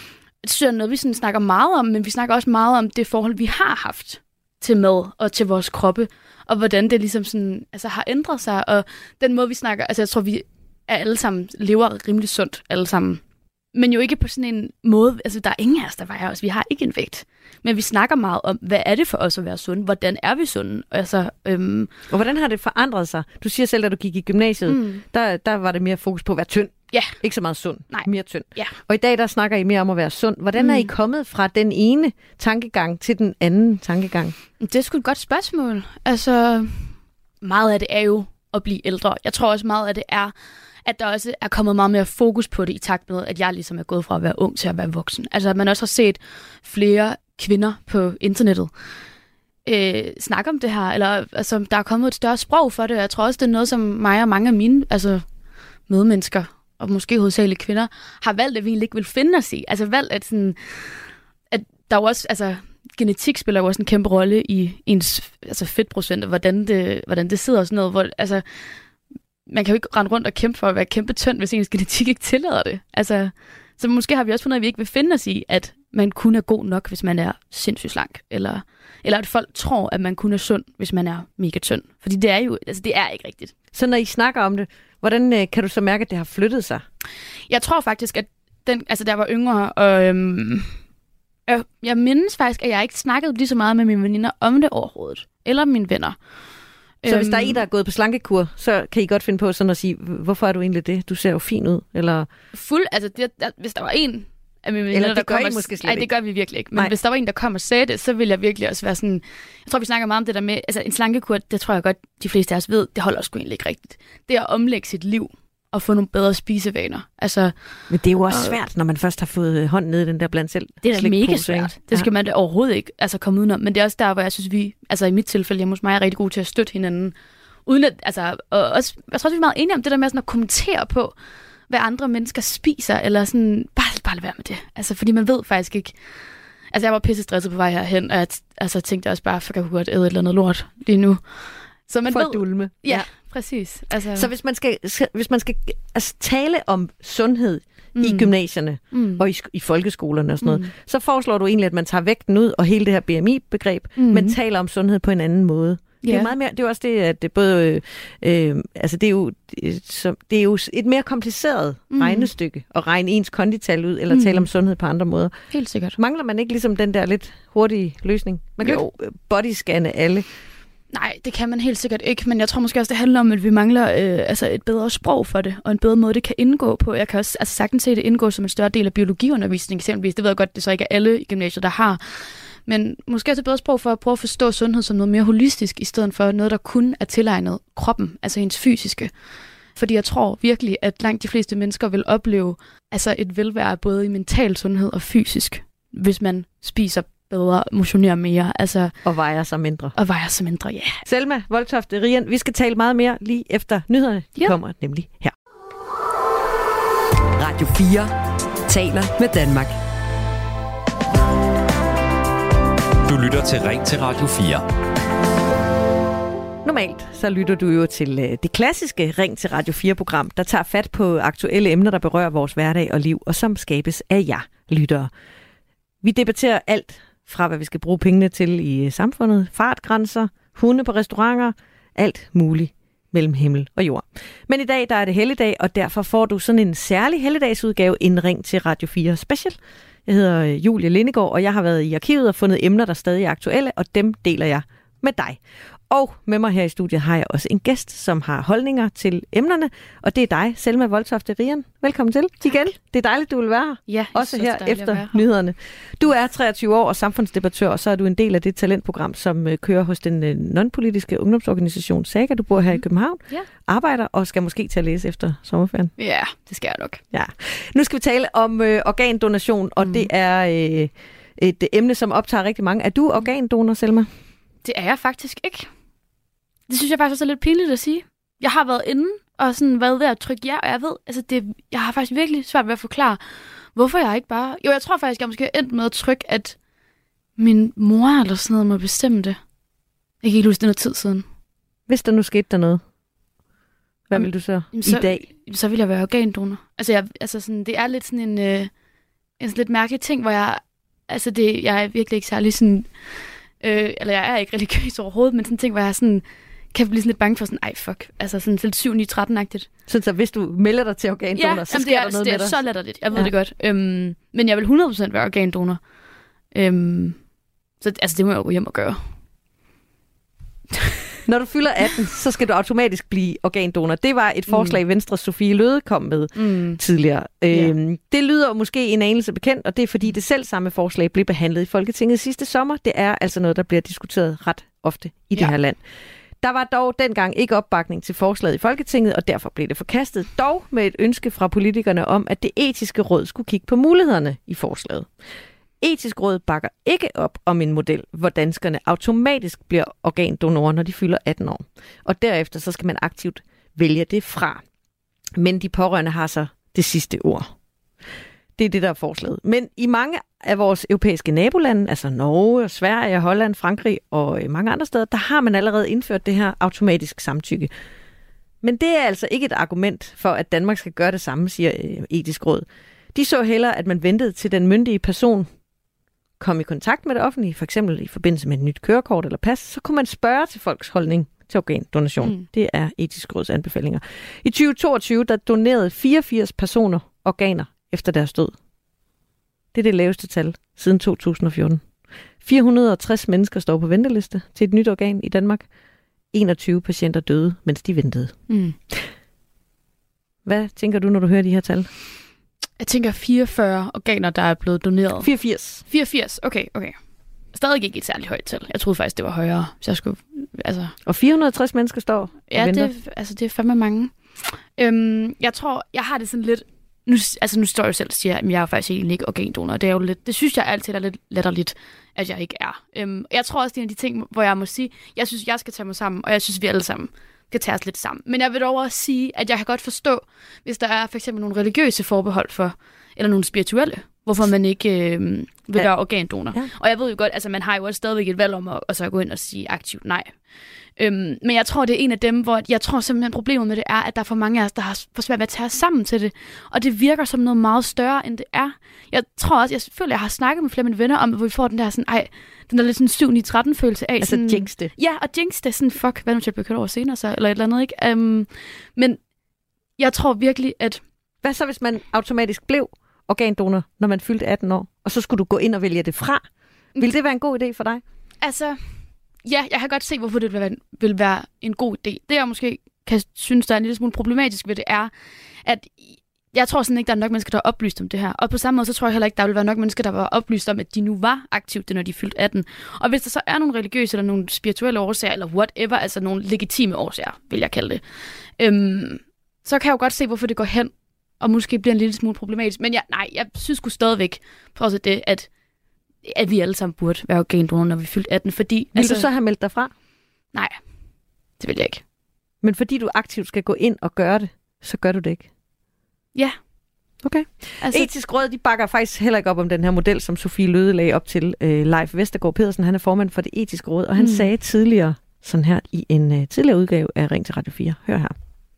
så er det noget, vi sådan snakker meget om, men vi snakker også meget om det forhold, vi har haft til mad og til vores kroppe, og hvordan det ligesom sådan, altså har ændret sig, og den måde, vi snakker, altså jeg tror, vi er alle sammen lever rimelig sundt, alle sammen. Men jo ikke på sådan en måde, altså der er ingen af os, der vejer os, vi har ikke en vægt. Men vi snakker meget om, hvad er det for os at være sunde? Hvordan er vi sunde? Altså, øhm... Og hvordan har det forandret sig? Du siger selv, at du gik i gymnasiet, mm. der, der var det mere fokus på at være tynd. Ja. Ikke så meget sund, Nej. mere tynd. Ja. Og i dag, der snakker I mere om at være sund. Hvordan mm. er I kommet fra den ene tankegang til den anden tankegang? Det er sgu et godt spørgsmål. Altså, meget af det er jo at blive ældre. Jeg tror også meget af det er, at der også er kommet meget mere fokus på det i takt med, at jeg ligesom er gået fra at være ung til at være voksen. Altså, at man også har set flere kvinder på internettet øh, snakke om det her, eller altså, der er kommet et større sprog for det, og jeg tror også, det er noget, som mig og mange af mine altså, medmennesker, og måske hovedsageligt kvinder, har valgt, at vi egentlig ikke vil finde os i. Altså valgt, at, sådan, at der er også, altså genetik spiller jo også en kæmpe rolle i ens altså fedtprocent, og hvordan det, hvordan det sidder og sådan noget, hvor, altså man kan jo ikke rende rundt og kæmpe for at være kæmpe tynd, hvis ens genetik ikke tillader det. Altså, så måske har vi også fundet, at vi ikke vil finde os i, at man kun er god nok, hvis man er sindssygt slank, eller, eller at folk tror, at man kun er sund, hvis man er mega tynd. Fordi det er jo, altså det er ikke rigtigt. Så når I snakker om det, hvordan øh, kan du så mærke, at det har flyttet sig? Jeg tror faktisk, at den, altså, da jeg var yngre, og øhm, jeg, jeg mindes faktisk, at jeg ikke snakkede lige så meget med mine veninder om det overhovedet, eller mine venner. Så hvis der er en, der er gået på slankekur, så kan I godt finde på sådan at sige, hvorfor er du egentlig det? Du ser jo fin ud, eller... Fuld, altså det, der, hvis der var en af mine veninder, der kom og... måske slet Nej, det gør vi virkelig ikke. Men Nej. Hvis der var en, der kom og sagde det, så ville jeg virkelig også være sådan... Jeg tror, vi snakker meget om det der med... Altså en slankekur, det tror jeg godt, de fleste af os ved, det holder sgu egentlig ikke rigtigt. Det er at omlægge sit liv og få nogle bedre spisevaner. Altså, men det er jo også og, svært, når man først har fået hånden ned i den der blandt selv. Det er da mega svært. Det skal ja. man da overhovedet ikke altså, komme udenom. Men det er også der, hvor jeg synes, vi... Altså i mit tilfælde, hjemme hos mig, er rigtig gode til at støtte hinanden. Uden at, altså, og også, jeg tror også, vi er meget enige om det der med sådan at kommentere på, hvad andre mennesker spiser, eller sådan, bare, bare lade være med det. Altså, fordi man ved faktisk ikke, Altså, jeg var pisse stresset på vej herhen, og jeg t- altså, tænkte også bare, fuck, jeg kunne godt æde et eller andet lort lige nu. Så man For ved, at dulme. Ja, ja. Præcis. Altså... Så hvis man skal, hvis man skal altså, tale om sundhed mm. i gymnasierne mm. og i, i folkeskolerne og sådan noget, mm. så foreslår du egentlig, at man tager vægten ud og hele det her B M I-begreb, mm. men taler om sundhed på en anden måde. Yeah. Det er jo meget mere, det er også det, at det både, øh, altså det er jo, så, det er jo et mere kompliceret mm. regnestykke at regne ens kondital ud, eller mm. tale om sundhed på andre måder. Helt sikkert. Mangler man ikke ligesom den der lidt hurtige løsning? Man kan jo ikke bodyscanne alle. Nej, det kan man helt sikkert ikke, men jeg tror måske også, det handler om, at vi mangler øh, altså et bedre sprog for det, og en bedre måde, det kan indgå på. Jeg kan også altså, sagtens se det indgå som en større del af biologiundervisning, eksempelvis. Det ved jeg godt, det så ikke er alle i gymnasiet, der har. Men måske også et bedre sprog for at prøve at forstå sundhed som noget mere holistisk, i stedet for noget, der kun er tilegnet kroppen, altså ens fysiske. Fordi jeg tror virkelig, at langt de fleste mennesker vil opleve altså et velvære både i mental sundhed og fysisk, hvis man spiser bedre, motionerer mere. Altså, og vejer sig mindre. Og vejer sig mindre, ja. Yeah. Selma Voldtofte Rian, vi skal tale meget mere lige efter nyhederne. De ja. kommer nemlig her. Radio fire taler med Danmark. Du lytter til Ring til Radio fire. Normalt så lytter du jo til øh, det klassiske Ring til Radio fire-program, der tager fat på aktuelle emner, der berører vores hverdag og liv, og som skabes af jer lyttere. Vi debatterer alt fra, hvad vi skal bruge pengene til i samfundet, fartgrænser, hunde på restauranter, alt muligt mellem himmel og jord. Men i dag der er det helligdag, og derfor får du sådan en særlig helligdagsudgave, en Ring til Radio fire Special. Jeg hedder Julie Lindegaard, og jeg har været i arkivet og fundet emner, der stadig er aktuelle, og dem deler jeg med dig. Og med mig her i studiet har jeg også en gæst, som har holdninger til emnerne, og det er dig, Selma Voldtofte Rian. Velkommen til igen. Det er dejligt, du vil være her. Ja, også her efter her. Nyhederne. Du er treogtyve år og samfundsdebattør, og så er du en del af det talentprogram, som kører hos den non-politiske ungdomsorganisation Saga. Du bor her mm. i København, ja. arbejder og skal måske til at læse efter sommerferien. Ja, det skal jeg nok. Ja. Nu skal vi tale om øh, organdonation, og mm. det er øh, et emne, som optager rigtig mange. Er du organdonor, Selma? Det er jeg faktisk ikke. Det synes jeg faktisk også er lidt pinligt at sige. Jeg har været inde og sådan været ved at trykke ja, og jeg ved, altså det, jeg har faktisk virkelig svært ved at forklare, hvorfor jeg ikke bare... Jo, jeg tror faktisk, jeg måske er endt med at trykke, at min mor eller sådan noget må bestemme det. Jeg kan ikke huske, det noget tid siden. Hvis der nu skete der noget, hvad Jamen, vil du så, så i dag? Så vil jeg være organdonor. Altså, jeg, altså sådan, det er lidt sådan en, øh, en sådan lidt mærkelig ting, hvor jeg... Altså, det, jeg er virkelig ikke særlig sådan... Øh, eller jeg er ikke religiøs overhovedet, men sådan en ting, hvor jeg sådan... kan blive sådan lidt bange for sådan, ej fuck, altså sådan lidt syv ni tretten-agtigt. Så, så hvis du melder dig til organdonor, ja, så sker det er, der noget det med dig? Ja, det er så latterligt, jeg ved ja. det godt. Øhm, men jeg vil hundrede procent være organdonor. Øhm, så altså, det må jeg jo gå hjem og gøre. Når du fylder atten, så skal du automatisk blive organdonor. Det var et forslag, mm. Venstre Sofie Løhde kom med mm. tidligere. Yeah. Øhm, det lyder måske en anelse bekendt, og det er fordi det selv samme forslag blev behandlet i Folketinget sidste sommer. Det er altså noget, der bliver diskuteret ret ofte i ja. det her land. Der var dog dengang ikke opbakning til forslaget i Folketinget, og derfor blev det forkastet, dog med et ønske fra politikerne om, at det etiske råd skulle kigge på mulighederne i forslaget. Etisk råd bakker ikke op om en model, hvor danskerne automatisk bliver organdonorer, når de fylder atten år. Og derefter så skal man aktivt vælge det fra. Men de pårørende har så det sidste ord. Det er det, der er forslaget. Men i mange af vores europæiske nabolande, altså Norge, Sverige, Holland, Frankrig og mange andre steder, der har man allerede indført det her automatisk samtykke. Men det er altså ikke et argument for, at Danmark skal gøre det samme, siger Etisk Råd. De så hellere, at man ventede til den myndige person kom i kontakt med det offentlige, for eksempel i forbindelse med et nyt kørekort eller pas, så kunne man spørge til folks holdning til organdonation. Mm. Det er Etisk Råds anbefalinger. I tyve toogtyve, der donerede fireogfirs personer organer efter deres død. Det er det laveste tal siden to tusind og fjorten. fire hundrede og tres mennesker står på venteliste til et nyt organ i Danmark. enogtyve patienter døde, mens de ventede. Mm. Hvad tænker du, når du hører de her tal? Jeg tænker fireogfyrre organer, der er blevet doneret. fireogfirs. fireogfirs, okay, okay. Stadig ikke et særligt højt tal. Jeg troede faktisk, det var højere. Så jeg skulle, altså... Og fire hundrede og tres mennesker står ja, og venter? Ja, det, altså, det er fandme mange. Øhm, jeg tror, jeg har det sådan lidt... Nu, altså, nu står jeg jo selv og siger, at jeg er faktisk egentlig ikke organdonor. Det, er jo lidt, det synes jeg altid er lidt latterligt, at jeg ikke er. Øhm, jeg tror også, det er en af de ting, hvor jeg må sige, jeg synes, jeg skal tage mig sammen, og jeg synes, vi alle sammen skal tage os lidt sammen. Men jeg vil dog også sige, at jeg kan godt forstå, hvis der er for eksempel nogle religiøse forbehold for, eller nogle spirituelle hvorfor man ikke øh, vil Ja. være organdonor. Ja. Og jeg ved jo godt, altså man har jo også stadigvæk et valg om at, at så gå ind og sige aktivt nej. Øhm, men jeg tror, det er en af dem, hvor jeg tror simpelthen, problemet med det er, at der er for mange af os, der har for svært ved at tage os sammen til det. Og det virker som noget meget større, end det er. Jeg tror også, jeg føler, jeg har snakket med flere af mine venner om, hvor vi får den der sådan, ej, den der lidt sådan syv ni tretten følelse af. Altså sådan, jinx det. Ja, og jinx det. Sådan, fuck, hvad nu til at blive kørt over senere så, eller et eller andet, ikke? Um, men jeg tror virkelig, at... Hvad så, hvis man automatisk blev organdonor, når man fyldte atten år, og så skulle du gå ind og vælge det fra? Vil det være en god idé for dig? Altså, ja, jeg kan godt se, hvorfor det vil være, vil være en god idé. Det, jeg måske kan synes, der er en lille smule problematisk ved det, er, at jeg tror sådan ikke, der er nok mennesker, der er oplyst om det her. Og på samme måde, så tror jeg heller ikke, der vil være nok mennesker, der var oplyst om, at de nu var aktive, når de fyldte atten. Og hvis der så er nogle religiøse eller nogle spirituelle årsager, eller whatever, altså nogle legitime årsager, vil jeg kalde det, øhm, så kan jeg jo godt se, hvorfor det går hen, og måske bliver en lille smule problematisk. Men jeg, nej, jeg synes sgu stadigvæk, for også det, at, at vi alle sammen burde være organdonorer, når vi fyldte atten, fordi... Vil altså, du så have meldt dig fra? Nej, det vil jeg ikke. Men fordi du aktivt skal gå ind og gøre det, så gør du det ikke? Ja. Okay. Altså, Etisk Råd, de bakker faktisk heller ikke op om den her model, som Sofie Løde lagde op til. Øh, Leif Vestergaard Pedersen, han er formand for Det Etiske Råd, og han mm. sagde tidligere, sådan her i en uh, tidligere udgave af Ring til Radio fire. Hør her.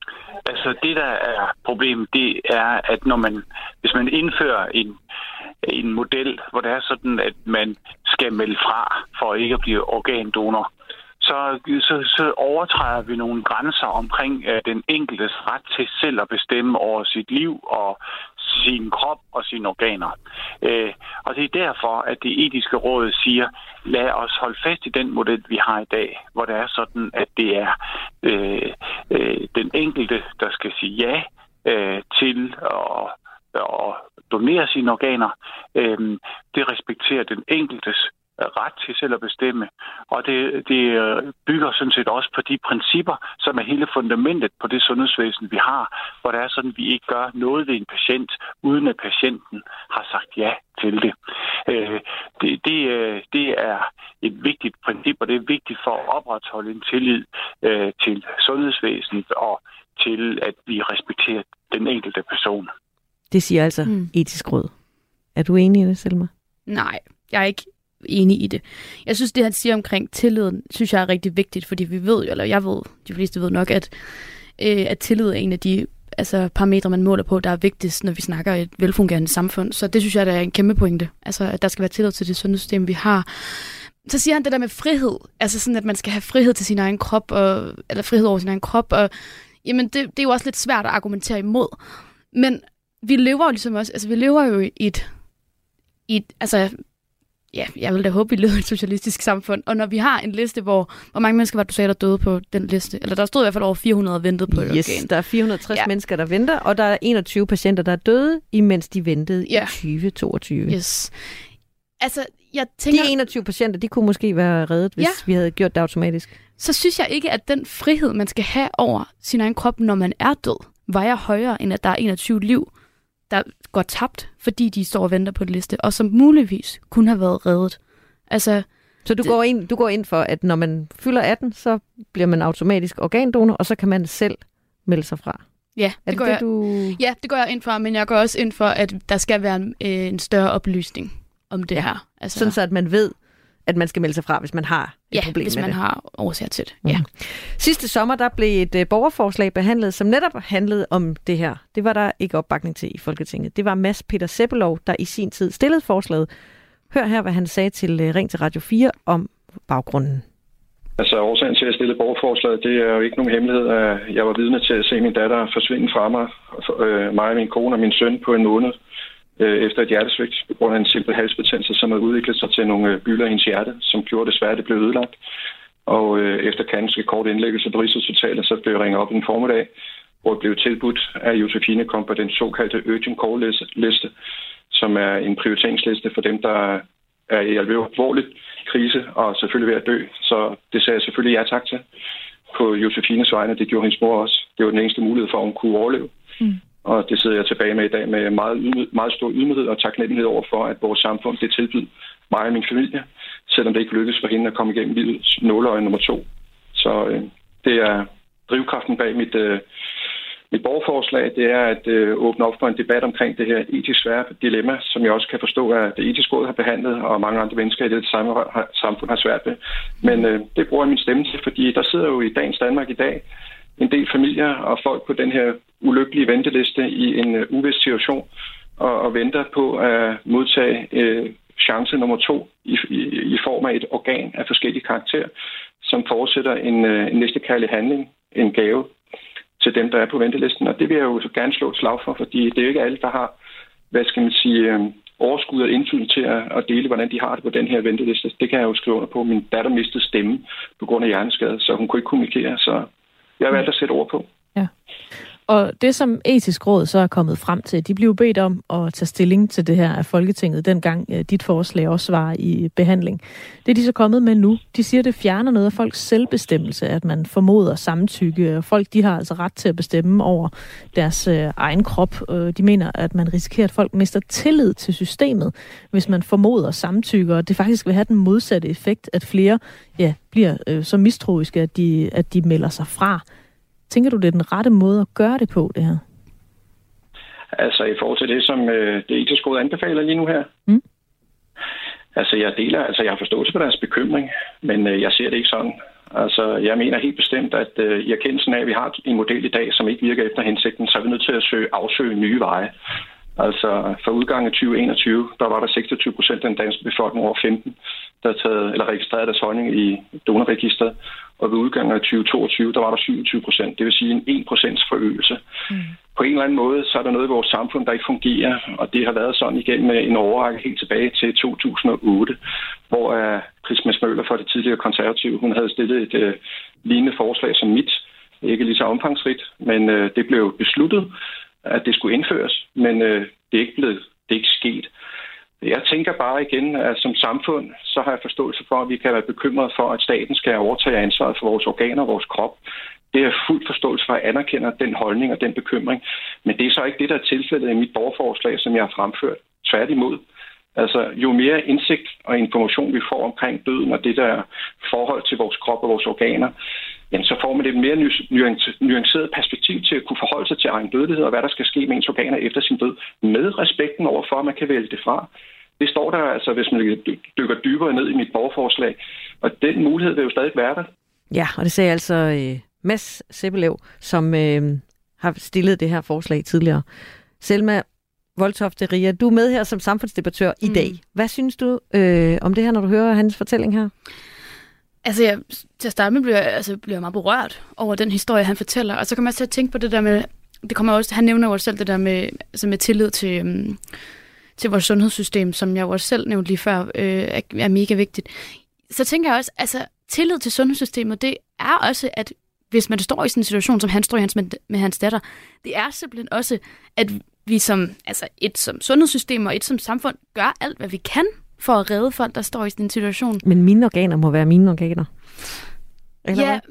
Altså det, der er problemet, det er, at når man, hvis man indfører en, en model, hvor det er sådan, at man skal melde fra for ikke at blive organdonor, så, så, så overtræder vi nogle grænser omkring uh, den enkeltes ret til selv at bestemme over sit liv og sin krop og sine organer. Uh, og det er derfor, at Det Etiske Råd siger, lad os holde fast i den model, vi har i dag, hvor det er sådan, at det er uh, uh, den enkelte, der skal sige ja uh, til at, at donere sine organer. Uh, det respekterer den enkeltes ret til selv at bestemme. Og det, det bygger sådan set også på de principper, som er hele fundamentet på det sundhedsvæsen, vi har, hvor det er sådan, at vi ikke gør noget ved en patient, uden at patienten har sagt ja til det. Det, det, det er et vigtigt princip, og det er vigtigt for at opretholde en tillid til sundhedsvæsenet og til, at vi respekterer den enkelte person. Det siger altså mm. Etisk Råd. Er du enig i det, Selma? Nej, jeg er ikke enig i det. Jeg synes, det han siger omkring tilliden, synes jeg er rigtig vigtigt, fordi vi ved jo, eller jeg ved, de fleste ved nok, at, øh, at tillid er en af de altså, parametre, man måler på, der er vigtigst, når vi snakker et velfungerende samfund. Så det synes jeg, der er en kæmpe pointe. Altså, at der skal være tillid til det sundhedssystem, vi har. Så siger han det der med frihed. Altså sådan, at man skal have frihed til sin egen krop, og, eller frihed over sin egen krop. Og, jamen, det, det er jo også lidt svært at argumentere imod. Men vi lever jo ligesom også, altså vi lever jo i et, i et altså, ja, jeg vil da håbe, vi lever i et socialistisk samfund. Og når vi har en liste, hvor, hvor mange mennesker var du sagde, der døde på den liste? Eller der stod i hvert fald over fire hundrede og ventede på et yes, organ. Der er fire hundrede og tres ja. mennesker, der venter, og der er enogtyve patienter, der er døde, imens de ventede ja. i tyve toogtyve. Yes. Altså, jeg tænker... De enogtyve patienter, de kunne måske være reddet, hvis ja. vi havde gjort det automatisk. Så synes jeg ikke, at den frihed, man skal have over sin egen krop, når man er død, vejer højere, end at der er enogtyve liv, der går tabt, fordi de står og venter på et liste, og som muligvis kunne have været reddet. Altså, så du, det... går ind, du går ind for, at når man fylder atten, så bliver man automatisk organdonor, og så kan man selv melde sig fra? Ja, det, det går det, jeg, du... ja, det går jeg ind for, men jeg går også ind for, at der skal være en, en større oplysning om det ja. her. Altså, sådan så, at man ved, at man skal melde sig fra, hvis man har et ja, problem med det. Ja, hvis man har årsager til det. Mm. Ja. Sidste sommer, der blev et uh, borgerforslag behandlet, som netop handlede om det her. Det var der ikke opbakning til i Folketinget. Det var Mads Peter Sebbelov, der i sin tid stillede forslaget. Hør her, hvad han sagde til uh, Ring til Radio fire om baggrunden. Altså årsagen til at stille borgerforslaget, det er jo ikke nogen hemmelighed, at jeg var vidne til at se min datter forsvinde fra mig, øh, mig og min kone og min søn på en måned øh, efter et hjertesvigt på grund af en simpel halsbetændelse, som havde udviklet sig til nogle bylder i hendes hjerte, som gjorde det svært, at det blev ødelagt. Og øh, efter ganske kort indlæggelse på Rigshospitalet, så blev jeg ringet op en formiddag, hvor jeg blev tilbudt, at Josefine kom på den såkaldte urgent call-liste, som er en prioriteringsliste for dem, der er i alvorlig krise og selvfølgelig ved at dø. Så det sagde jeg selvfølgelig ja tak til på Josefines vegne. Det gjorde hendes mor også. Det var den eneste mulighed for, at hun kunne overleve. Mm. Og det sidder jeg tilbage med i dag med meget, ydmyg, meget stor ydmyghed og taknemmelighed over for, at vores samfund det tilbyder mig og min familie, selvom det ikke lykkedes for hende at komme igennem livets nåleøje nummer to. Så øh, det er drivkraften bag mit, øh, Mit borgerforslag, det er at øh, åbne op for en debat omkring det her etisk svære dilemma, som jeg også kan forstå, at det etiske råd har behandlet, og mange andre mennesker i det samfund har svært ved. Men øh, det bruger jeg min stemme til, fordi der sidder jo i dagens Danmark i dag en del familier og folk på den her ulykkelige venteliste i en uh, uvis situation og, og venter på at modtage uh, chance nummer to i, i, i form af et organ af forskellige karakterer, som forudsætter en, uh, en næstekærlig handling, en gave til dem, der er på ventelisten. Og det vil jeg jo gerne slå et slag for, fordi det er jo ikke alle, der har, hvad skal man sige, uh, overskud og indflydelse til at, at dele, hvordan de har det på den her venteliste. Det kan jeg jo skrive under på. Min datter mistede stemme på grund af hjerneskade, så hun kunne ikke kommunikere, så jeg har valgt at sætte ord på. Ja. Og det, som Etisk Råd så er kommet frem til, de blev bedt om at tage stilling til det her af Folketinget, dengang dit forslag også var i behandling. Det er de så kommet med nu. De siger, at det fjerner noget af folks selvbestemmelse, at man formoder samtykke. Folk, de har altså ret til at bestemme over deres øh, egen krop. De mener, at man risikerer, at folk mister tillid til systemet, hvis man formoder samtykke, og det faktisk vil have den modsatte effekt, at flere ja, bliver øh, så mistroiske, at de, at de melder sig fra. Tænker du, det er den rette måde at gøre det på, det her? Altså i forhold til det, som øh, det etiske råd anbefaler lige nu her? Mm. Altså jeg deler, altså jeg har forståelse for deres bekymring, men øh, jeg ser det ikke sådan. Altså jeg mener helt bestemt, at øh, i erkendelsen af, at vi har en model i dag, som ikke virker efter hensigten, så er vi nødt til at søge, afsøge nye veje. Altså for udgangen af tyve enogtyve, der var der seksogtyve procent af den danske befolkning over femten, der havde taget, eller registreret deres holdning i donorregistret. Og ved udgangen af tyve toogtyve, der var der syvogtyve procent. Det vil sige en en procents forøgelse. Mm. På en eller anden måde, så er der noget i vores samfund, der ikke fungerer. Og det har været sådan igennem en overrække helt tilbage til to tusind og otte, hvor uh, Chris Mads Møller fra det tidligere konservative, hun havde stillet et uh, lignende forslag som mit. Ikke lige så omfangsrigt, men uh, det blev besluttet, at det skulle indføres. Men uh, det er ikke blevet, det er ikke sket. Jeg tænker bare igen, at som samfund, så har jeg forståelse for, at vi kan være bekymrede for, at staten skal overtage ansvaret for vores organer og vores krop. Det er fuld forståelse for, at jeg anerkender den holdning og den bekymring. Men det er så ikke det, der er tilfældet i mit borgerforslag, som jeg har fremført. Tværtimod. Altså, jo mere indsigt og information vi får omkring døden og det der forhold til vores krop og vores organer, jamen, så får man et mere nuanceret perspektiv til at kunne forholde sig til egen dødelighed og hvad der skal ske med ens organer efter sin død, med respekten overfor, at man kan vælge det fra. Det står der altså, hvis man dykker dybere ned i mit borgerforslag, og den mulighed vil jo stadig være der. Ja, og det sagde altså øh, Mads Sebbelev, som øh, har stillet det her forslag tidligere. Selma Voldtofte Ria, du er med her som samfundsdebattør i mm. dag. Hvad synes du øh, om det her, når du hører hans fortælling her? Altså, jeg, til at starte med bliver, altså, bliver jeg meget berørt over den historie, han fortæller. Og så kommer jeg til at tænke på det der med, det kommer også, han nævner jo også selv det der med, altså med tillid til, um, til vores sundhedssystem, som jeg jo også selv nævnte lige før, øh, er, er mega vigtigt. Så tænker jeg også, altså, tillid til sundhedssystemet, det er også, at hvis man står i sådan en situation, som han står i hans, med, med hans datter, det er simpelthen også, at vi som, altså et som sundhedssystem og et som samfund gør alt, hvad vi kan for at redde folk, der står i sådan en situation. Men mine organer må være mine organer. Eller ja, hvad?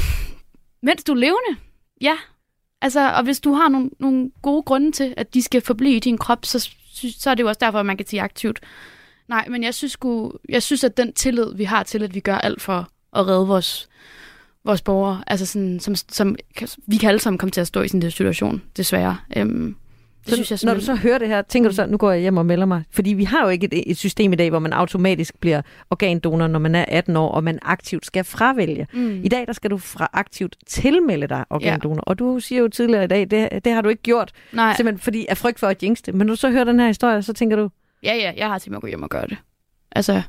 Mens du er levende. Ja. Altså, og hvis du har nogle, nogle gode grunde til, at de skal forblive i din krop, så, så er det jo også derfor, at man kan sige aktivt. Nej, men jeg synes, sgu, jeg synes, at den tillid, vi har til, at vi gør alt for at redde vores, vores borgere, altså sådan, som, som, vi kan alle sammen komme til at stå i sådan en situation, desværre. Øhm, Det så, synes jeg, når du så hører det her, tænker du så, nu går jeg hjem og melder mig? Fordi vi har jo ikke et, et system i dag, hvor man automatisk bliver organdonor, når man er atten år, og man aktivt skal fravælge. Mm. I dag, der skal du fra aktivt tilmelde dig organdonor. Ja. Og du siger jo tidligere i dag, det, det har du ikke gjort, Nej. simpelthen fordi af frygt for at jinx det. Men når du så hører den her historie, så tænker du... Ja, ja, jeg har tænkt mig at gå hjem og gøre det. Altså,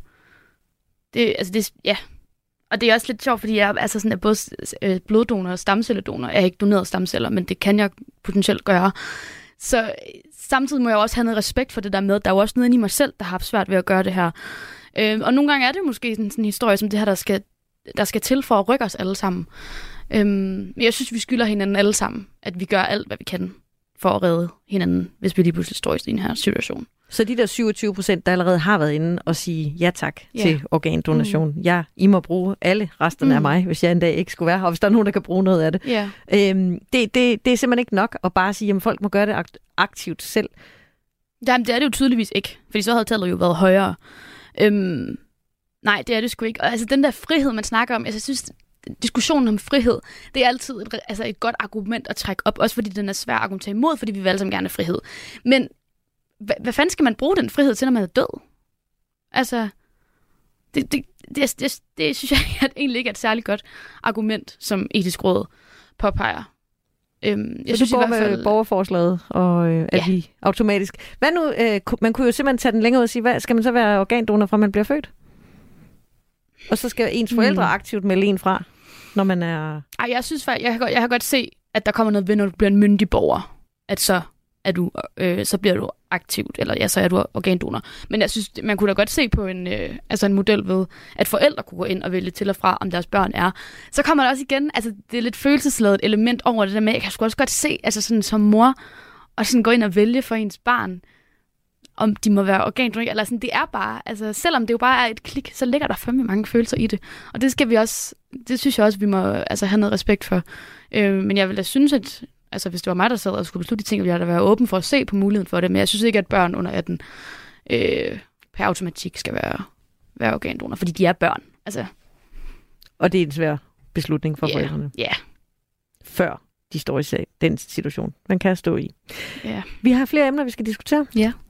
det, altså det, ja. Og det er også lidt sjovt, fordi jeg altså sådan, er både bloddonor og stamcelledonor. Jeg har ikke doneret stamceller, men det kan jeg potentielt gøre. Så samtidig må jeg også have noget respekt for det der med, der er jo også noget i mig selv, der har haft svært ved at gøre det her. Øh, og nogle gange er det måske sådan, sådan en historie som det her, der skal, der skal til for at rykke os alle sammen. Øh, men jeg synes, vi skylder hinanden alle sammen, at vi gør alt, hvad vi kan for at redde hinanden, hvis vi lige pludselig står i den her situation. Så de der syvogtyve procent, der allerede har været inde og sige ja tak yeah. til organdonation. Mm. Ja, I må bruge alle resterne mm. af mig, hvis jeg en dag ikke skulle være her, og hvis der er nogen, der kan bruge noget af det. Yeah. Øhm, det, det, det er simpelthen ikke nok at bare sige, at folk må gøre det aktivt selv. Jamen, det er det jo tydeligvis ikke, fordi så havde tallet jo været højere. Øhm, nej, det er det sgu ikke. Og altså, den der frihed, man snakker om, altså, jeg synes, diskussionen om frihed, det er altid et, altså et godt argument at trække op, også fordi den er svær at argumentere imod, fordi vi vil alle sammen gerne have frihed. Men hvad, hvad fanden skal man bruge den frihed til, når man er død? Altså, det, det, det, det, det synes jeg at egentlig ikke er et særligt godt argument, som Etisk Råd påpeger. Øhm, jeg så synes du går i hvert fald med borgerforslaget, og øh, at ja. vi automatisk... Hvad nu? Øh, man kunne jo simpelthen tage den længere ud og sige, hvad, skal man så være organdonor, fra man bliver født? Og så skal ens forældre hmm. aktivt melde en fra, når man er... Ej, jeg synes faktisk, jeg kan, godt, jeg kan godt se, at der kommer noget ved, når du bliver en myndig borger, at så, er du, øh, så bliver du aktivt, eller ja, så er du organdonor. Men jeg synes, man kunne da godt se på en, øh, altså en model ved, at forældre kunne gå ind og vælge til og fra, om deres børn er. Så kommer der også igen, altså det er lidt følelsesladet element over det der med, jeg kan sgu også godt se, altså sådan som mor, og sådan gå ind og vælge for ens barn, om de må være organdonor, eller sådan, det er bare, altså selvom det jo bare er et klik, så ligger der fandme mange følelser i det. Og det skal vi også, det synes jeg også, vi må altså, have noget respekt for. Øh, men jeg vil da synes, at altså, hvis det var mig, der sad og skulle beslutte de ting, ville jeg da være åben for at se på muligheden for det. Men jeg synes ikke, at børn under atten øh, per automatik skal være, være organdonor, fordi de er børn. Altså. Og det er en svær beslutning for yeah. forældrene. Ja. Yeah. Før de står i sag, den situation, man kan stå i. Ja. Yeah. Vi har flere emner, vi skal diskutere. Ja. Yeah.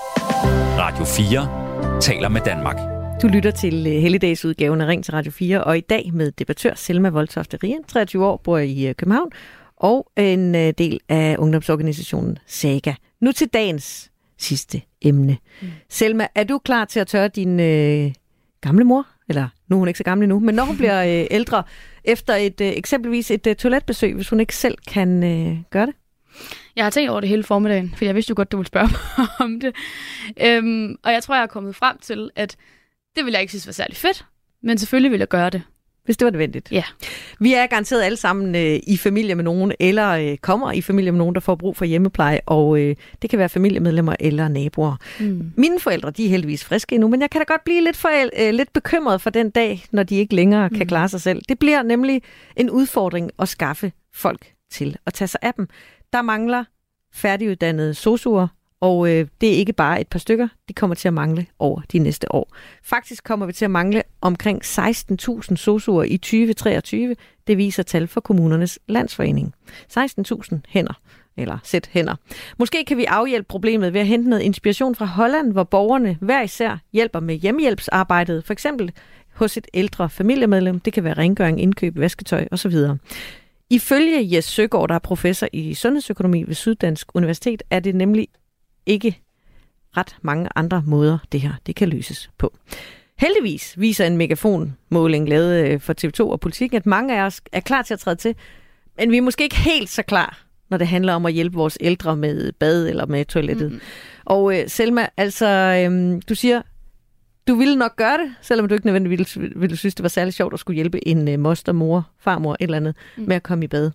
Radio fire taler med Danmark. Du lytter til helligdagsudgaven af Ring til Radio fire, og i dag med debattør Selma Voltofte Rien, treogtyve år, bor i København, og en del af ungdomsorganisationen Saga. Nu til dagens sidste emne. Mm. Selma, er du klar til at tørre din øh, gamle mor, eller nu er hun ikke så gammel endnu, men når hun bliver øh, ældre, efter et øh, eksempelvis et øh, toiletbesøg, hvis hun ikke selv kan øh, gøre det? Jeg har tænkt over det hele formiddagen, for jeg vidste jo godt, du ville spørge mig om det. Øhm, og jeg tror, jeg er kommet frem til, at det vil jeg ikke synes var særlig fedt, men selvfølgelig vil jeg gøre det. Hvis det var nødvendigt. Ja. Vi er garanteret alle sammen øh, i familie med nogen, eller øh, kommer i familie med nogen, der får brug for hjemmepleje, og øh, det kan være familiemedlemmer eller naboer. Mm. Mine forældre, de er heldigvis friske endnu, men jeg kan da godt blive lidt, forel- øh, lidt bekymret for den dag, når de ikke længere kan mm. klare sig selv. Det bliver nemlig en udfordring at skaffe folk til at tage sig af dem. Der mangler færdiguddannede sosuer, og øh, det er ikke bare et par stykker, de kommer til at mangle over de næste år. Faktisk kommer vi til at mangle omkring seksten tusind sosuer i tyve treogtyve. Det viser tal fra Kommunernes Landsforening. seksten tusind hænder, eller sæt hænder. Måske kan vi afhjælpe problemet ved at hente noget inspiration fra Holland, hvor borgerne hver især hjælper med hjemmehjælpsarbejdet, for eksempel hos et ældre familiemedlem. Det kan være rengøring, indkøb, vasketøj osv. Ifølge Jes Søgaard, der er professor i sundhedsøkonomi ved Syddansk Universitet, er det nemlig ikke ret mange andre måder, det her det kan løses på. Heldigvis viser en megafonmåling lavet for T V to og Politiken, at mange af os er klar til at træde til, men vi er måske ikke helt så klar, når det handler om at hjælpe vores ældre med bad eller med toilettet. Mm-hmm. Og øh, Selma, altså, øhm, du siger, du ville nok gøre det, selvom du ikke nødvendigvis ville, ville synes, det var særlig sjovt at skulle hjælpe en øh, moster, mor, farmor, et eller andet, mm. med at komme i bad.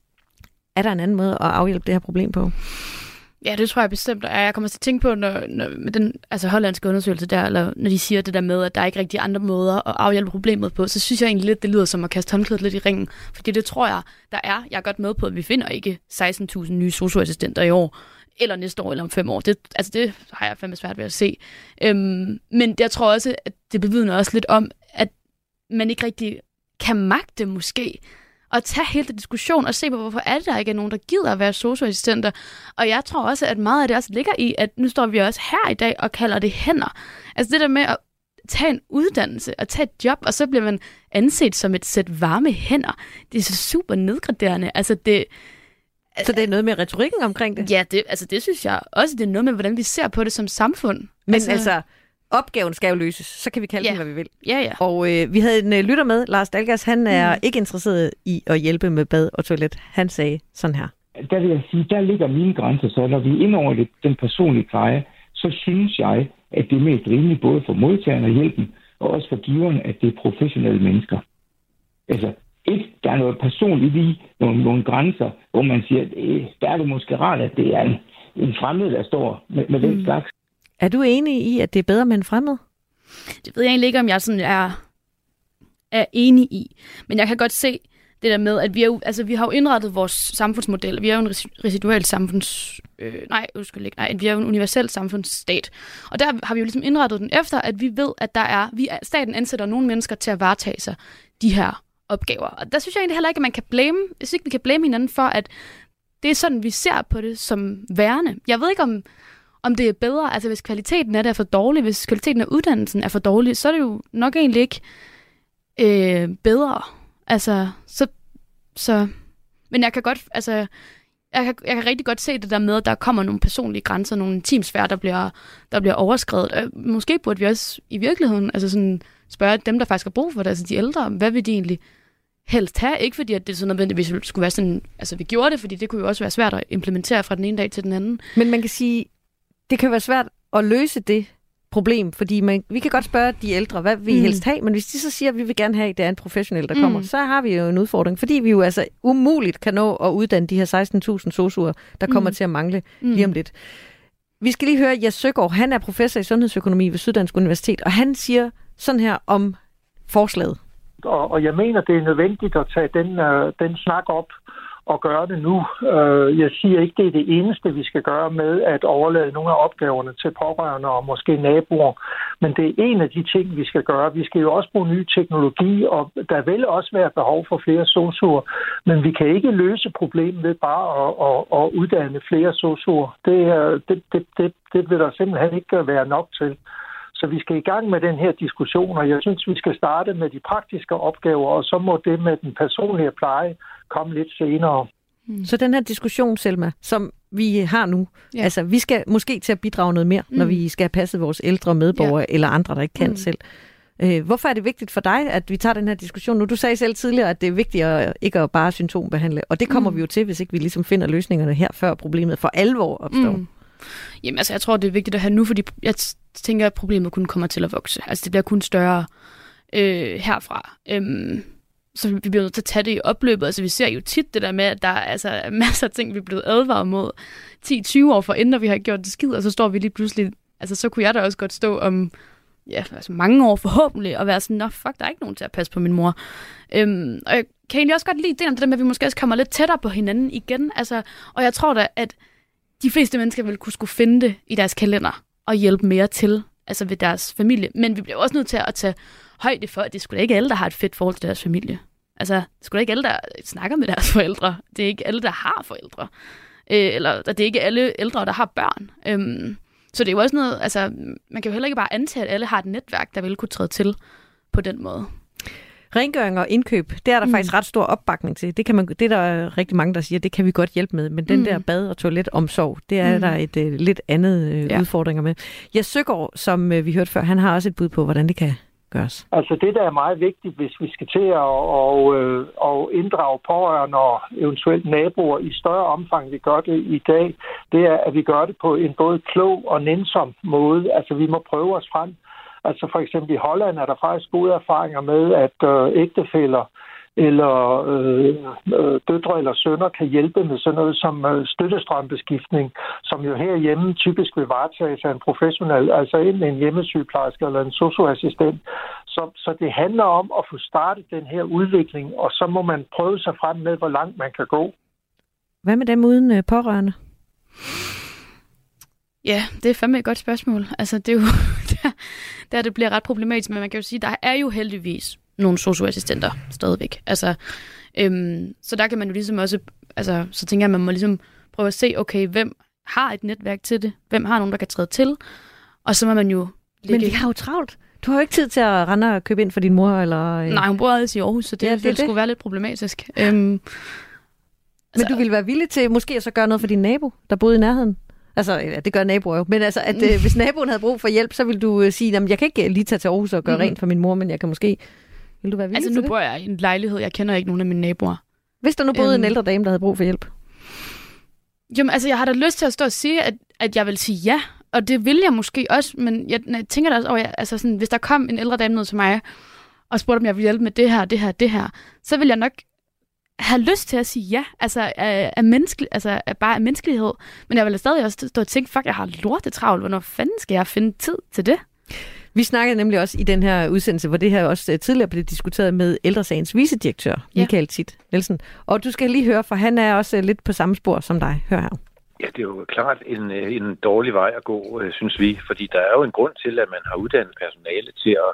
Er der en anden måde at afhjælpe det her problem på? Ja, det tror jeg bestemt. Jeg kommer til at tænke på, når, når med den altså, hollandske undersøgelse der, eller når de siger det der med, at der er ikke rigtig andre måder at afhjælpe problemet på, så synes jeg egentlig lidt, det lyder som at kaste håndklædet lidt i ringen. Fordi det tror jeg, der er. Jeg er godt med på, at vi finder ikke seksten tusind nye sosu-assistenter i år, eller næste år, eller om fem år. Det, altså det har jeg fandme svært ved at se. Øhm, men jeg tror også, at det bevidner også lidt om, at man ikke rigtig kan magte måske og tage hele den diskussion og se på, hvorfor er det, der ikke er nogen, der gider at være sosu-assistenter. Og jeg tror også, at meget af det også ligger i, at nu står vi også her i dag og kalder det hænder. Altså det der med at tage en uddannelse og tage et job, og så bliver man anset som et sæt varme hænder. Det er så super nedgraderende. Altså det... Så det er noget med retorikken omkring det? Ja, det, altså det synes jeg også. Det er noget med, hvordan vi ser på det som samfund. Men altså, altså opgaven skal jo løses. Så kan vi kalde ja. den, hvad vi vil. Ja, ja. Og øh, vi havde en øh, lytter med, Lars Dalgas. Han er mm. ikke interesseret i at hjælpe med bad og toilet. Han sagde sådan her. Der vil jeg sige, der ligger mine grænser. Så når vi er inde over det, den personlige pleje, så synes jeg, at det er mest rimeligt både for modtagerne af hjælpen, og også for giverne, at det er professionelle mennesker. Altså, et, der er noget personligt i, nogle, nogle grænser, hvor man siger, at øh, der er det måske rart, at det er en, en fremmed, der står med, med mm. den slags. Er du enig i, at det er bedre med en fremmed? Det ved jeg egentlig ikke, om jeg sådan er, er enig i. Men jeg kan godt se det der med, at vi, er jo, altså, vi har jo indrettet vores samfundsmodel. Vi er jo en residuel samfunds... Øh, nej, undskyld ikke. Nej, vi er jo en universel samfundsstat. Og der har vi jo ligesom indrettet den efter, at vi ved, at der er... Vi, staten ansætter nogle mennesker til at varetage sig de her opgaver. Og der synes jeg egentlig heller ikke, at man kan blame, jeg synes ikke, vi kan blame hinanden for, at det er sådan, vi ser på det som værende. Jeg ved ikke, om, om det er bedre, altså hvis kvaliteten af det er for dårlig, hvis kvaliteten af uddannelsen er for dårlig, så er det jo nok egentlig ikke øh, bedre. Altså, så, så... Men jeg kan godt, altså, jeg kan, jeg kan rigtig godt se det der med, at der kommer nogle personlige grænser, nogle intimsfærer, der bliver, der bliver overskredet. Og måske burde vi også i virkeligheden altså sådan, spørge dem, der faktisk har brug for det, altså de ældre, hvad vil de egentlig helst have? Ikke fordi, at det er sådan nødvendigvis skulle være sådan, altså vi gjorde det, fordi det kunne jo også være svært at implementere fra den ene dag til den anden. Men man kan sige, det kan være svært at løse det problem, fordi man, vi kan godt spørge de ældre, hvad vi mm. helst have, men hvis de så siger, at vi vil gerne have, at det er en professionel, der mm. kommer, så har vi jo en udfordring, fordi vi jo altså umuligt kan nå at uddanne de her seksten tusind sosuer, der kommer mm. til at mangle mm. lige om lidt. Vi skal lige høre Jes Søgaard, han er professor i sundhedsøkonomi ved Syddansk Universitet, og han siger sådan her om forslaget. Og, og jeg mener, det er nødvendigt at tage den, øh, den snak op og gøre det nu. Øh, jeg siger ikke, det er det eneste, vi skal gøre med at overlade nogle af opgaverne til pårørende og måske naboer. Men det er en af de ting, vi skal gøre. Vi skal jo også bruge ny teknologi, og der vil også være behov for flere sosuer. Men vi kan ikke løse problemet ved bare at, at, at uddanne flere sosuer. Det, det, det, det, det vil der simpelthen ikke være nok til. Så vi skal i gang med den her diskussion, og jeg synes, vi skal starte med de praktiske opgaver, og så må det med den personlige pleje komme lidt senere. Mm. Så den her diskussion, Selma, som vi har nu, ja. altså vi skal måske til at bidrage noget mere, mm. når vi skal have passet vores ældre medborgere ja. eller andre, der ikke kan mm. selv. Øh, hvorfor er det vigtigt for dig, at vi tager den her diskussion nu? Du sagde selv tidligere, at det er vigtigt at ikke at bare symptombehandle, og det kommer mm. vi jo til, hvis ikke vi ligesom finder løsningerne her, før problemet for alvor opstår. Mm. Jamen altså, jeg tror, det er vigtigt at have nu, fordi jeg tænker, at problemet kun kommer til at vokse. Altså, det bliver kun større øh, herfra. Øhm, så vi bliver nødt til at tage det i opløbet. Altså, vi ser jo tit det der med, at der er altså, masser af ting, vi er blevet advaret mod ti til tyve år for, inden vi har gjort det skid, og så står vi lige pludselig... Altså, så kunne jeg da også godt stå om ja, altså mange år forhåbentlig, og være sådan, nå, fuck, der er ikke nogen til at passe på min mor. Øhm, og jeg kan egentlig også godt lide det, det der med, at vi måske også kommer lidt tættere på hinanden igen. Altså, og jeg tror da, at de fleste mennesker vil kunne skulle finde det i deres kalender og hjælpe mere til, altså ved deres familie. Men vi bliver også nødt til at tage højde for, at det er sgu da ikke alle, der har et fedt forhold til deres familie. Altså, det er sgu da ikke alle, der snakker med deres forældre. Det er ikke alle, der har forældre. Øh, eller det er ikke alle ældre, der har børn. Øhm, så det er jo også noget, altså, man kan jo heller ikke bare antage, at alle har et netværk, der vil kunne træde til på den måde. Rengøring og indkøb, det er der mm. faktisk ret stor opbakning til. Det, kan man, det er der rigtig mange, der siger, det kan vi godt hjælpe med. Men den mm. der bad- og toiletomsorg, det er mm. der et uh, lidt andet uh, ja. udfordringer med. Jes Søgaard, som uh, vi hørte før, han har også et bud på, hvordan det kan gøres. Altså det, der er meget vigtigt, hvis vi skal til at og, øh, og inddrage pårørende og eventuelt naboer i større omfang, vi gør det i dag, det er, at vi gør det på en både klog og nænsom måde. Altså vi må prøve os frem. Altså for eksempel i Holland er der faktisk gode erfaringer med, at øh, ægtefæller eller øh, øh, døtre eller sønner kan hjælpe med sådan noget som øh, støttestrømbeskiftning, som jo herhjemme typisk vil varetages af en professionel, altså enten en hjemmesygeplejerske eller en socioassistent. Så, så det handler om at få startet den her udvikling, og så må man prøve sig frem med, hvor langt man kan gå. Hvad med dem uden øh, pårørende? Ja, det er fandme et godt spørgsmål. Altså, det er jo der, der det bliver ret problematisk, men man kan jo sige, der er jo heldigvis nogle socioassistenter stadigvæk. Altså, øhm, så der kan man jo ligesom også, altså, så tænker jeg, at man må ligesom prøve at se, okay, hvem har et netværk til det? Hvem har nogen, der kan træde til? Og så må man jo... Men de har jo travlt. Du har jo ikke tid til at rende og købe ind for din mor, eller... Øh... Nej, hun bor altid i Aarhus, så det, ja, det, det skulle være lidt problematisk. Øhm, men altså, du ville være villig til måske at så gøre noget for din nabo, der boede i nærheden? Altså, ja, det gør naboer jo. Men altså, at øh, hvis naboen havde brug for hjælp, så ville du øh, sige, at jeg kan ikke lige tage til Aarhus og gøre mm-hmm. rent for min mor, men jeg kan måske... Vil du være villig altså, til nu det? bor jeg i en lejlighed. Jeg kender ikke nogen af mine naboer. Hvis der nu boede øhm, en ældre dame, der havde brug for hjælp? Jamen, altså, jeg har da lyst til at stå og sige, at, at jeg vil sige ja. Og det vil jeg måske også, men jeg, jeg tænker da også over, altså sådan, hvis der kom en ældre dame ned til mig, og spurgte, om jeg ville hjælpe med det her, det her, det her, så vil jeg nok have lyst til at sige ja, altså af, af, menneske, altså af bare af menneskelighed. Men jeg vil stadig også stå og tænke, fuck, jeg har lortetravlt, hvornår fanden skal jeg finde tid til det? Vi snakkede nemlig også i den her udsendelse, hvor det her også tidligere blev diskuteret med Ældresagens vicedirektør, Michael ja. Thit Nielsen. Og du skal lige høre, for han er også lidt på samme spor som dig. Hør her. Ja, det er jo klart en, en dårlig vej at gå, synes vi. Fordi der er jo en grund til, at man har uddannet personale til at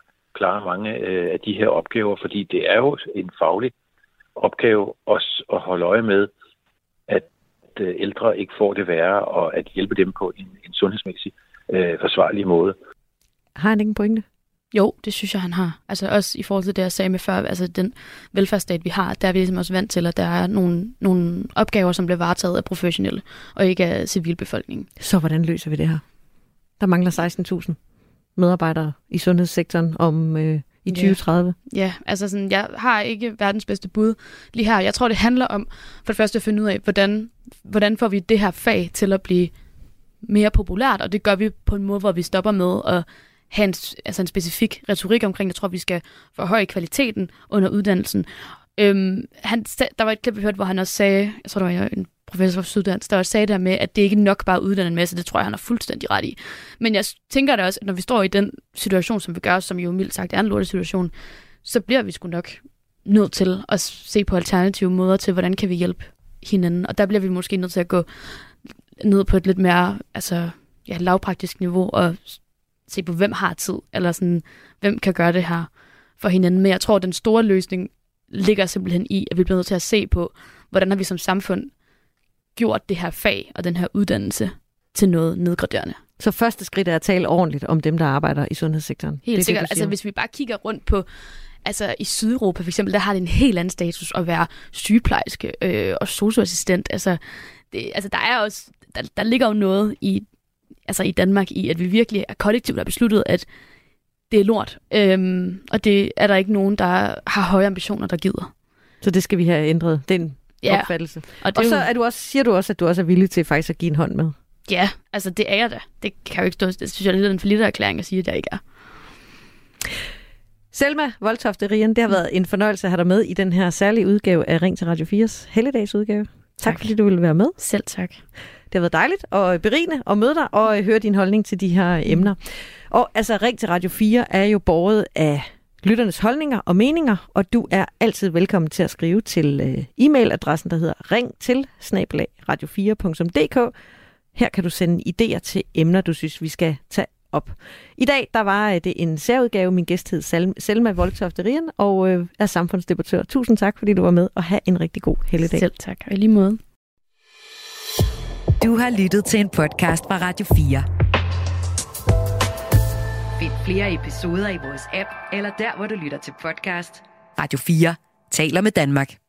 klare mange øh, af de her opgaver, fordi det er jo en faglig opgave også at holde øje med, at øh, ældre ikke får det værre, og at hjælpe dem på en, en sundhedsmæssig øh, forsvarlig måde. Har han ikke en pointe? Jo, det synes jeg, han har. Altså også i forhold til det, jeg sagde med før, altså den velfærdsstat, vi har, der er vi ligesom også vant til, at der er nogle, nogle opgaver, som bliver varetaget af professionelle, og ikke af civilbefolkningen. Så hvordan løser vi det her? Der mangler seksten tusind medarbejdere i sundhedssektoren om øh, i tyve tredive. Ja. ja, altså sådan, jeg har ikke verdens bedste bud lige her. Jeg tror, det handler om for det første at finde ud af, hvordan, hvordan får vi det her fag til at blive mere populært, og det gør vi på en måde, hvor vi stopper med at have en, altså en specifik retorik omkring, jeg tror, vi skal forhøje kvaliteten under uddannelsen. Øhm, han, der var et klip, vi hørte, hvor han også sagde, jeg tror, der var en professor fra Syddansk, der også sagde der med, at det ikke nok bare at uddanne en masse, det tror jeg, han har fuldstændig ret i. Men jeg tænker da også, at når vi står i den situation, som vi gør, som jo mildt sagt er en lortet situation, så bliver vi sgu nok nødt til at se på alternative måder til, hvordan kan vi hjælpe hinanden. Og der bliver vi måske nødt til at gå ned på et lidt mere altså, ja, lavpraktisk niveau og se på, hvem har tid, eller sådan, hvem kan gøre det her for hinanden. Men jeg tror, at den store løsning ligger simpelthen i, at vi bliver nødt til at se på, hvordan har vi som samfund gjort det her fag og den her uddannelse til noget nedgraderende. Så første skridt er at tale ordentligt om dem, der arbejder i sundhedssektoren. Helt det, sikkert. Det, altså hvis vi bare kigger rundt på, altså i Sydeuropa for eksempel, der har det en helt anden status at være sygeplejerske øh, og socioassistent. Altså, det, altså der er også, der, der ligger jo noget i, altså i Danmark i, at vi virkelig er kollektivt har besluttet, at det er lort. Øhm, og det er der ikke nogen, der har høje ambitioner, der gider. Så det skal vi have ændret, den ja. opfattelse. Og, og så er du også, siger du også, at du også er villig til faktisk at give en hånd med. Ja, altså det er jeg da. Det kan jo ikke stå. Det synes jeg er lidt en for lille erklæring at sige, at jeg ikke er. Selma Voldtofte Rien, det har været en fornøjelse at have dig med i den her særlige udgave af Ring til Radio fires helligdagsudgave. Tak, tak fordi du ville være med. Selv tak. Det har været dejligt og berigende at møde dig og høre din holdning til de her emner. Og altså Ring til Radio fire er jo båret af lytternes holdninger og meninger, og du er altid velkommen til at skrive til øh, e-mailadressen, der hedder ring til snabel-a radio fire punktum d k. Her kan du sende idéer til emner, du synes, vi skal tage op. I dag der var det en særudgave. Min gæst hed Selma Voldtofte Rien og øh, er samfundsdebattør. Tusind tak, fordi du var med, og have en rigtig god helligdag. Selv tak, og i lige måde. Du har lyttet til en podcast fra Radio fire. Find flere episoder i vores app, eller der, hvor du lytter til podcast. Radio fire taler med Danmark.